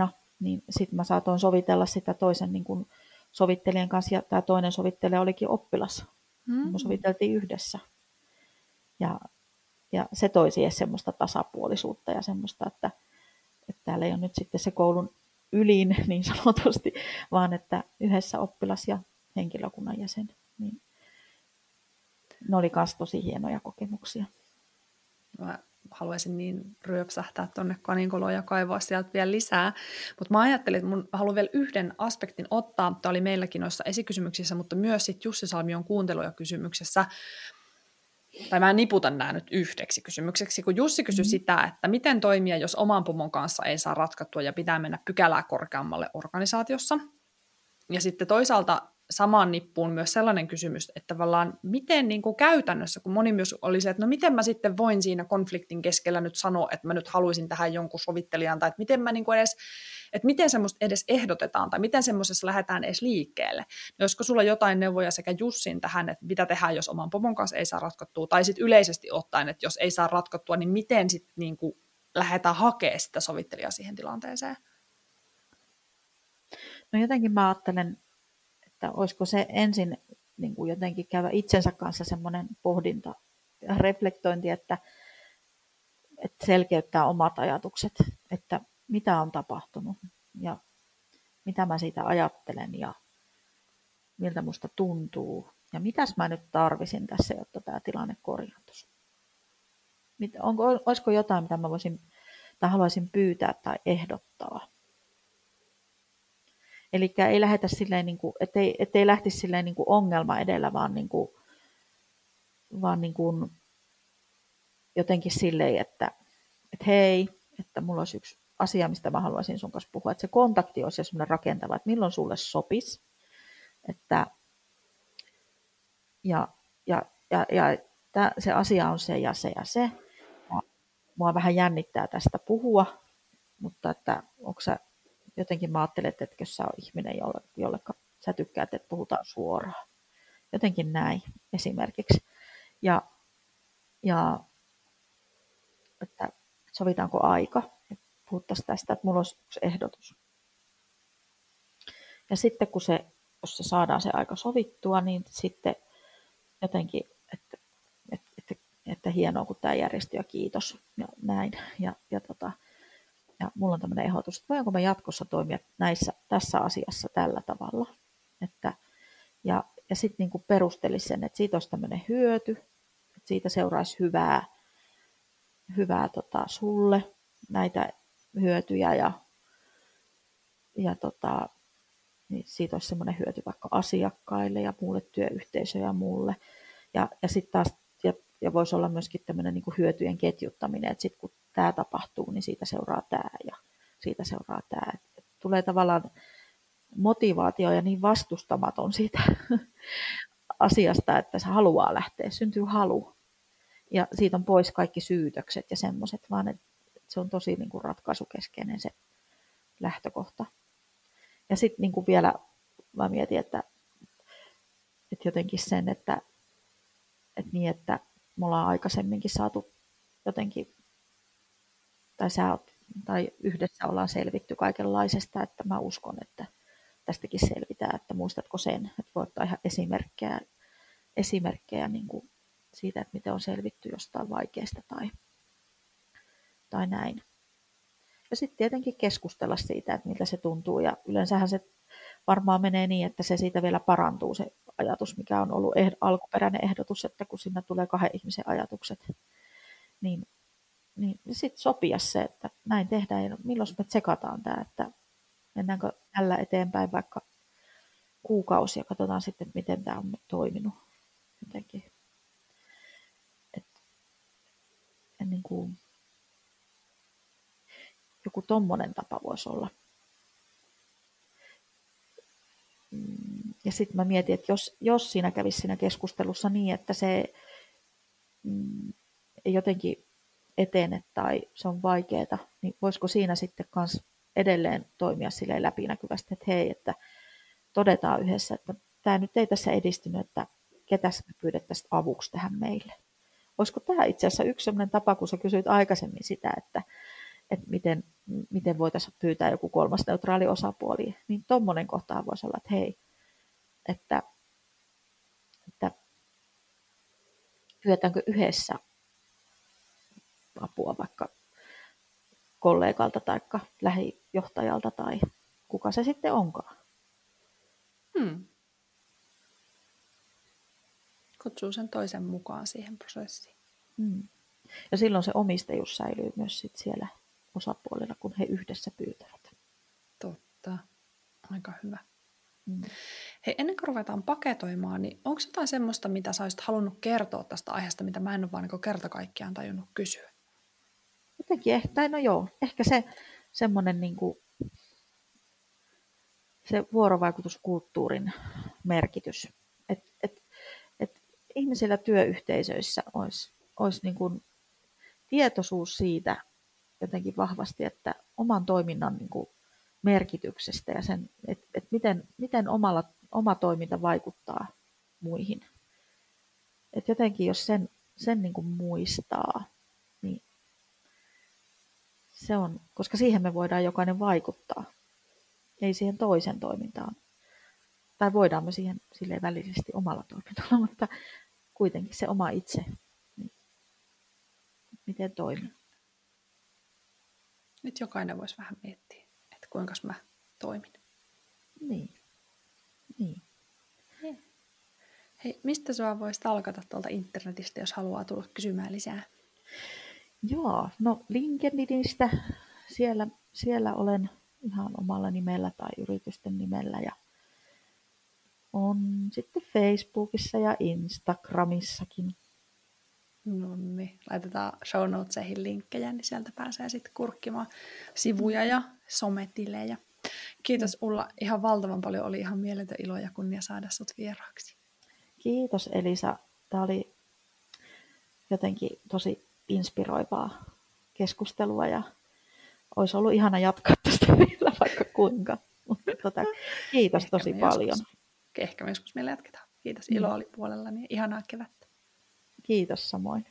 niin sitten mä saatoin sovitella sitä toisen niin kuin sovittelijan kanssa, ja tämä toinen sovittelija olikin oppilas. Mm. Me soviteltiin yhdessä. Ja, ja se toi siihen semmoista tasapuolisuutta ja semmoista, että, että täällä ei ole nyt sitten se koulun ylin niin sanotusti, vaan että yhdessä oppilas ja henkilökunnan jäsen. Niin ne oli myös tosi hienoja kokemuksia. Mä haluaisin niin ryöpsähtää tuonne kaninkoloon ja kaivaa sieltä vielä lisää. Mutta mä ajattelin, että mun haluan vielä yhden aspektin ottaa. Tämä oli meilläkin noissa esikysymyksissä, mutta myös sit Jussi Salmion kuunteluja kysymyksessä. Tai mä niputan nämä nyt yhdeksi kysymykseksi, kun Jussi kysyi mm-hmm. sitä, että miten toimia, jos oman pomon kanssa ei saa ratkattua ja pitää mennä pykälää korkeammalle organisaatiossa. Ja sitten toisaalta samaan nippuun myös sellainen kysymys, että tavallaan miten niin kuin käytännössä, kun moni myös oli se, että no miten mä sitten voin siinä konfliktin keskellä nyt sanoa, että mä nyt haluaisin tähän jonkun sovittelijan, tai että miten mä niin kuin edes, että miten semmoista edes ehdotetaan, tai miten semmoisessa lähdetään edes liikkeelle. No, olisiko sulla jotain neuvoja sekä Jussin tähän, että mitä tehdään, jos oman pomon kanssa ei saa ratkottua, tai sitten yleisesti ottaen, että jos ei saa ratkottua, niin miten sitten niin kuin lähdetään hakemaan sitä sovittelijaa siihen tilanteeseen? No jotenkin mä ajattelen, että olisiko se ensin niin kuin jotenkin käydä itsensä kanssa semmoinen pohdinta ja reflektointi, että, että selkeyttää omat ajatukset, että mitä on tapahtunut ja mitä mä siitä ajattelen ja miltä musta tuntuu ja mitäs mä nyt tarvisin tässä, jotta tämä tilanne korjaantuisi. Onko, olisiko jotain, mitä mä voisin tai haluaisin pyytää tai ehdottaa? Eli ei lähdetä silleen, niin kuin, ettei, ettei lähtisi silleen niin kuin ongelma edellä, vaan, niin kuin, vaan niin kuin jotenkin silleen, että, että hei, että mulla olisi yksi asia, mistä mä haluaisin sun kanssa puhua. Että se kontakti olisi semmoinen rakentava, että milloin sulle sopisi. Että, ja ja, ja, ja tää, se asia on se ja se ja se. Ja mua vähän jännittää tästä puhua, mutta että onko sä jotenkin mä ajattelen, että etkö sä ole ihminen, jolle, jolle sä tykkäät, että puhutaan suoraan. Jotenkin näin esimerkiksi. Ja, ja että sovitaanko aika, että puhuttaisiin tästä, että mulla olisi yksi ehdotus. Ja sitten kun se, jos se saadaan se aika sovittua, niin sitten jotenkin, että, että, että, että hienoa, kun tämä järjestyi ja kiitos ja näin. Ja, ja tota, Ja mulla on tämmöinen ehdotus, että voinko me jatkossa toimia näissä, tässä asiassa tällä tavalla. Että, ja ja sitten niin perustelisi sen, että siitä olisi tämmöinen hyöty, että siitä seuraisi hyvää, hyvää tota, sulle näitä hyötyjä ja, ja tota, niin siitä olisi semmoinen hyöty vaikka asiakkaille ja muulle työyhteisölle ja muulle. Ja, ja sitten taas ja, ja voisi olla myöskin tämmöinen niin hyötyjen ketjuttaminen, että sitten kun tämä tapahtuu, niin siitä seuraa tämä ja siitä seuraa tämä. Et tulee tavallaan motivaatio ja niin vastustamaton siitä asiasta, että se haluaa lähteä, syntyy halu. Ja siitä on pois kaikki syytökset ja semmoiset, vaan että se on tosi niin kuin ratkaisukeskeinen se lähtökohta. Ja sitten niin kuin vielä mä mietin, että, että jotenkin sen, että, että niin, että me ollaan aikaisemminkin saatu jotenkin tai sä oot, tai yhdessä ollaan selvitty kaikenlaisesta, että mä uskon, että tästäkin selvitään, että muistatko sen, että voi ottaa ihan esimerkkejä, esimerkkejä niin kuin siitä, että miten on selvitty jostain vaikeasta tai, tai näin. Ja sitten tietenkin keskustella siitä, että miltä se tuntuu, ja yleensähän se varmaan menee niin, että se siitä vielä parantuu se ajatus, mikä on ollut eh- alkuperäinen ehdotus, että kun siinä tulee kahden ihmisen ajatukset, niin Niin sitten sopia se, että näin tehdään ja milloin me tsekataan tämä, että mennäänkö tällä eteenpäin vaikka kuukausi ja katsotaan sitten, että miten tämä on toiminut jotenkin. Et, et niin kuin, joku tommonen tapa voisi olla. Ja sitten mä mietin, että jos, jos siinä kävisi siinä keskustelussa niin, että se mm, ei jotenkin etene tai se on vaikeaa, niin voisiko siinä sitten kans edelleen toimia silleen läpinäkyvästi, että hei, että todetaan yhdessä, että tämä nyt ei tässä edistynyt, että ketäs me pyydettäisiin avuksi tähän meille. Olisiko tämä itse asiassa yksi sellainen tapa, kun sä kysyit aikaisemmin sitä, että, että miten, miten voitaisiin pyytää joku kolmas neutraali osapuoli. Niin tuommoinen kohtaa voisi olla, että hei, että, että pyydetäänkö yhdessä apua vaikka kollegalta tai lähijohtajalta tai kuka se sitten onkaan. Hmm. Kutsuu sen toisen mukaan siihen prosessiin. Hmm. Ja silloin se omistajuus säilyy myös sit siellä osapuolella, kun he yhdessä pyytävät. Totta. Aika hyvä. Hmm. Hei, ennen kuin ruvetaan paketoimaan, niin onko jotain semmoista, mitä sä olisit halunnut kertoa tästä aiheesta, mitä mä en ole vaan niin kerta kaikkiaan tajunnut kysyä? Jotenkin, ehkä, tai no joo, ehkä se semmoinen niin kuin, se vuorovaikutuskulttuurin merkitys. Että et, et ihmisillä työyhteisöissä olisi, olisi niin kuin tietoisuus siitä jotenkin vahvasti, että oman toiminnan niin kuin merkityksestä ja sen, että et miten, miten omalla, oma toiminta vaikuttaa muihin. Et jotenkin jos sen, sen niin kuin muistaa, niin se on, koska siihen me voidaan jokainen vaikuttaa, ei siihen toisen toimintaan. Tai voidaan me siihen silleen välillisesti omalla toiminnalla, mutta kuitenkin se oma itse, niin miten toimii. Nyt jokainen voisi vähän miettiä, että kuinka mä toimin. Niin. niin. Hei, mistä sua voisi talkata tuolta internetistä, jos haluaa tulla kysymään lisää? Joo, no LinkedInistä, siellä, siellä olen ihan omalla nimellä tai yritysten nimellä ja on sitten Facebookissa ja Instagramissakin. No niin, laitetaan show notesihin linkkejä, niin sieltä pääsee sitten kurkkimaan sivuja ja sometilejä. Kiitos Ulla, ihan valtavan paljon, oli ihan mieletön ilo ja kunnia saada sut vieraaksi. Kiitos Elisa, tämä oli jotenkin tosi inspiroivaa keskustelua ja olisi ollut ihana jatkaa tästä vielä vaikka kuinka. Tota, kiitos ehkä tosi paljon. Joskus, ehkä me joskus meillä jatketaan. Kiitos, ilo mm. oli puolella, niin ihanaa kevättä. Kiitos samoin.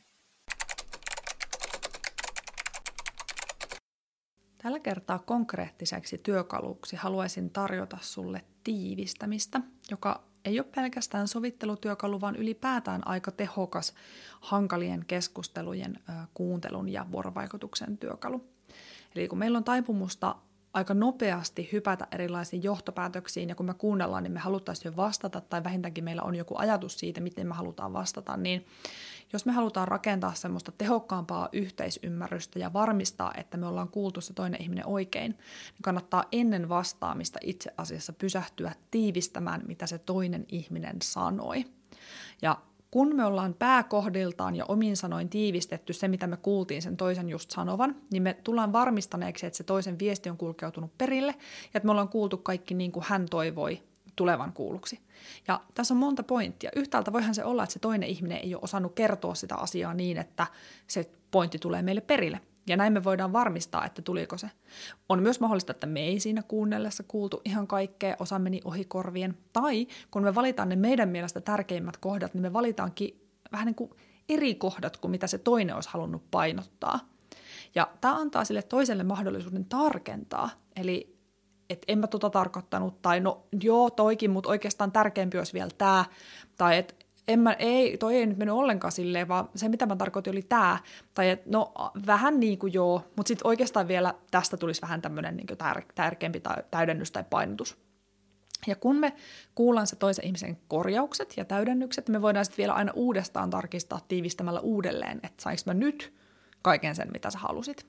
Tällä kertaa konkreettiseksi työkaluksi haluaisin tarjota sulle tiivistämistä, joka ei ole pelkästään sovittelutyökalu, vaan ylipäätään aika tehokas hankalien keskustelujen ö, kuuntelun ja vuorovaikutuksen työkalu. Eli kun meillä on taipumusta aika nopeasti hypätä erilaisiin johtopäätöksiin, ja kun me kuunnellaan, niin me haluttaisiin jo vastata, tai vähintäänkin meillä on joku ajatus siitä, miten me halutaan vastata, niin jos me halutaan rakentaa semmoista tehokkaampaa yhteisymmärrystä ja varmistaa, että me ollaan kuultu se toinen ihminen oikein, niin kannattaa ennen vastaamista itse asiassa pysähtyä tiivistämään, mitä se toinen ihminen sanoi. Ja kun me ollaan pääkohdiltaan ja omin sanoin tiivistetty se, mitä me kuultiin sen toisen just sanovan, niin me tullaan varmistaneeksi, että se toisen viesti on kulkeutunut perille ja että me ollaan kuultu kaikki niin kuin hän toivoi tulevan kuulluksi. Ja tässä on monta pointtia. Yhtäältä voihan se olla, että se toinen ihminen ei ole osannut kertoa sitä asiaa niin, että se pointti tulee meille perille. Ja näin me voidaan varmistaa, että tuliko se. On myös mahdollista, että me ei siinä kuunnellessa kuultu ihan kaikkea, osa meni ohi korvien. Tai kun me valitaan ne meidän mielestä tärkeimmät kohdat, niin me valitaankin vähän niin kuin eri kohdat kuin mitä se toinen olisi halunnut painottaa. Ja tämä antaa sille toiselle mahdollisuuden tarkentaa. Eli että en mä tota tarkoittanut, tai no joo toikin, mutta oikeastaan tärkeämpi olisi vielä tämä, tai että En mä, ei, toi ei nyt mennyt ollenkaan silleen, vaan se, mitä mä tarkoitin, oli tämä. Tai että no, vähän niin kuin joo, mutta sitten oikeastaan vielä tästä tulisi vähän tämmöinen niin tär, tärkeämpi tai täydennys tai painotus. Ja kun me kuullaan se toisen ihmisen korjaukset ja täydennykset, me voidaan sitten vielä aina uudestaan tarkistaa tiivistämällä uudelleen, että sainko mä nyt kaiken sen, mitä sä halusit.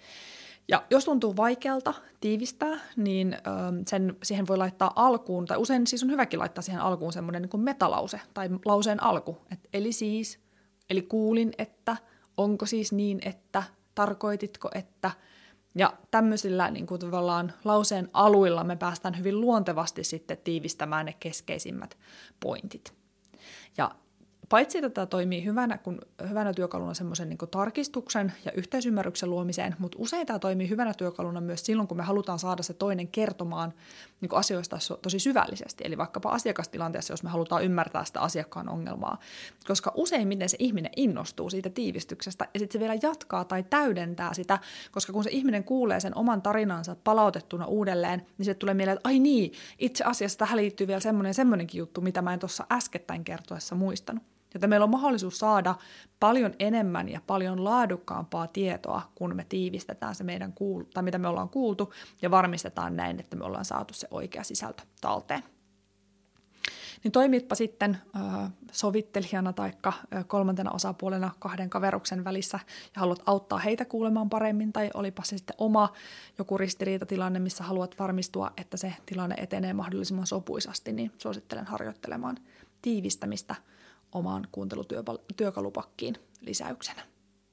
Ja jos tuntuu vaikealta tiivistää, niin sen, siihen voi laittaa alkuun, tai usein siis on hyväkin laittaa siihen alkuun semmoinen niin kuin metalause tai lauseen alku. Et eli siis, eli kuulin, että, onko siis niin, että, tarkoititko, että, ja tämmöisillä niin kuin tavallaan lauseen aluilla me päästään hyvin luontevasti sitten tiivistämään ne keskeisimmät pointit. Ja paitsi että tämä toimii hyvänä, kun, hyvänä työkaluna semmoisen niin kuin tarkistuksen ja yhteisymmärryksen luomiseen, mutta usein tämä toimii hyvänä työkaluna myös silloin, kun me halutaan saada se toinen kertomaan niin kuin asioista tosi syvällisesti. Eli vaikkapa asiakastilanteessa, jos me halutaan ymmärtää sitä asiakkaan ongelmaa. Koska useimmiten se ihminen innostuu siitä tiivistyksestä ja sitten se vielä jatkaa tai täydentää sitä, koska kun se ihminen kuulee sen oman tarinansa palautettuna uudelleen, niin se tulee mieleen, että ai niin, itse asiassa tähän liittyy vielä semmoinen semmoinenkin juttu, mitä mä en tuossa äskettäin kertoessa muistanut. Joten meillä on mahdollisuus saada paljon enemmän ja paljon laadukkaampaa tietoa, kun me tiivistetään se meidän kuul- tai mitä me ollaan kuultu ja varmistetaan näin, että me ollaan saatu se oikea sisältö talteen. Niin toimitpa sitten äh, sovittelijana tai äh, kolmantena osapuolena kahden kaveruksen välissä ja haluat auttaa heitä kuulemaan paremmin, tai olipa se sitten oma joku ristiriitatilanne, missä haluat varmistua, että se tilanne etenee mahdollisimman sopuisasti, niin suosittelen harjoittelemaan tiivistämistä omaan kuuntelutyökalupakkiin lisäyksenä.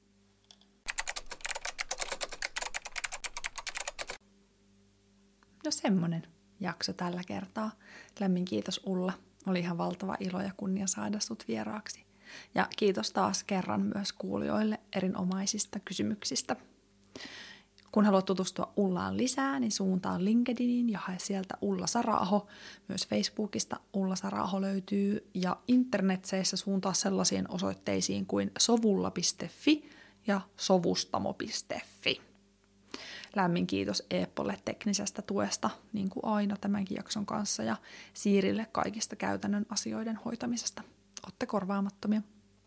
No semmonen jakso tällä kertaa. Lämmin kiitos Ulla. Oli ihan valtava ilo ja kunnia saada sut vieraaksi. Ja kiitos taas kerran myös kuulijoille erinomaisista kysymyksistä. Kun haluat tutustua Ullaan lisää, niin suuntaan LinkedIniin ja hae sieltä Ulla Sara-aho. Myös Facebookista Ulla Sara-aho löytyy ja internetseissä suuntaa sellaisiin osoitteisiin kuin sovulla piste fi ja sovustamo piste fi. Lämmin kiitos Eeppolle teknisestä tuesta, niin kuin aina tämänkin jakson kanssa, ja Siirille kaikista käytännön asioiden hoitamisesta. Ootte korvaamattomia.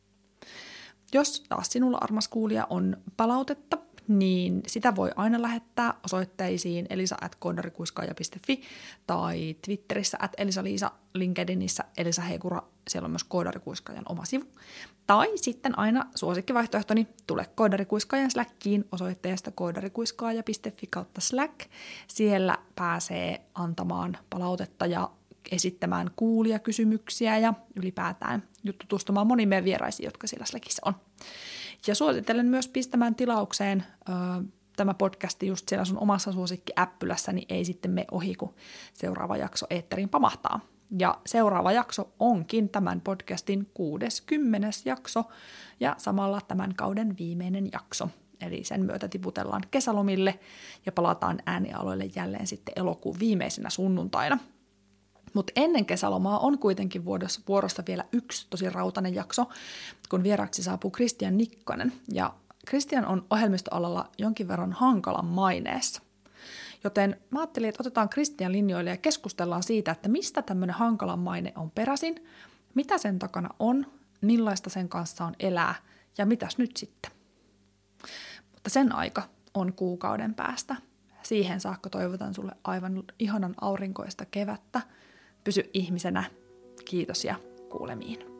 Jos taas sinulla, armas kuulija, on palautetta, niin sitä voi aina lähettää osoitteisiin elisa at koodarikuiskaaja piste fi tai Twitterissä at elisaliisa, LinkedInissä Elisa Heikura, siellä on myös Koodarikuiskaajan oma sivu. Tai sitten aina suosikkivaihtoehtoni, tule Koodarikuiskaajan Slackiin osoitteesta koodarikuiskaaja piste fi kautta Slack. Siellä pääsee antamaan palautetta ja esittämään kuulijakysymyksiä ja ylipäätään tutustumaan moniin meidän vieraisiin, jotka siellä Slackissa on. Ja suosittelen myös pistämään tilaukseen ö, tämä podcasti just siellä sun omassa suosikkiäppylässä, niin ei sitten mene ohi, kun seuraava jakso eetteriin pamahtaa. Ja seuraava jakso onkin tämän podcastin kuudeskymmenes jakso ja samalla tämän kauden viimeinen jakso. Eli sen myötä tiputellaan kesälomille ja palataan äänialoille jälleen sitten elokuun viimeisenä sunnuntaina. Mutta ennen kesälomaa on kuitenkin vuorossa, vuorossa vielä yksi tosi rautainen jakso, kun vieraaksi saapuu Kristian Nikkanen. Ja Kristian on ohjelmistoalalla jonkin verran hankalan maineessa. Joten mä ajattelin, että otetaan Kristian linjoille ja keskustellaan siitä, että mistä tämmöinen hankalan maine on peräisin, mitä sen takana on, millaista sen kanssa on elää ja mitäs nyt sitten. Mutta sen aika on kuukauden päästä. Siihen saakka toivotan sulle aivan ihanan aurinkoista kevättä. Pysy ihmisenä. Kiitos ja kuulemiin.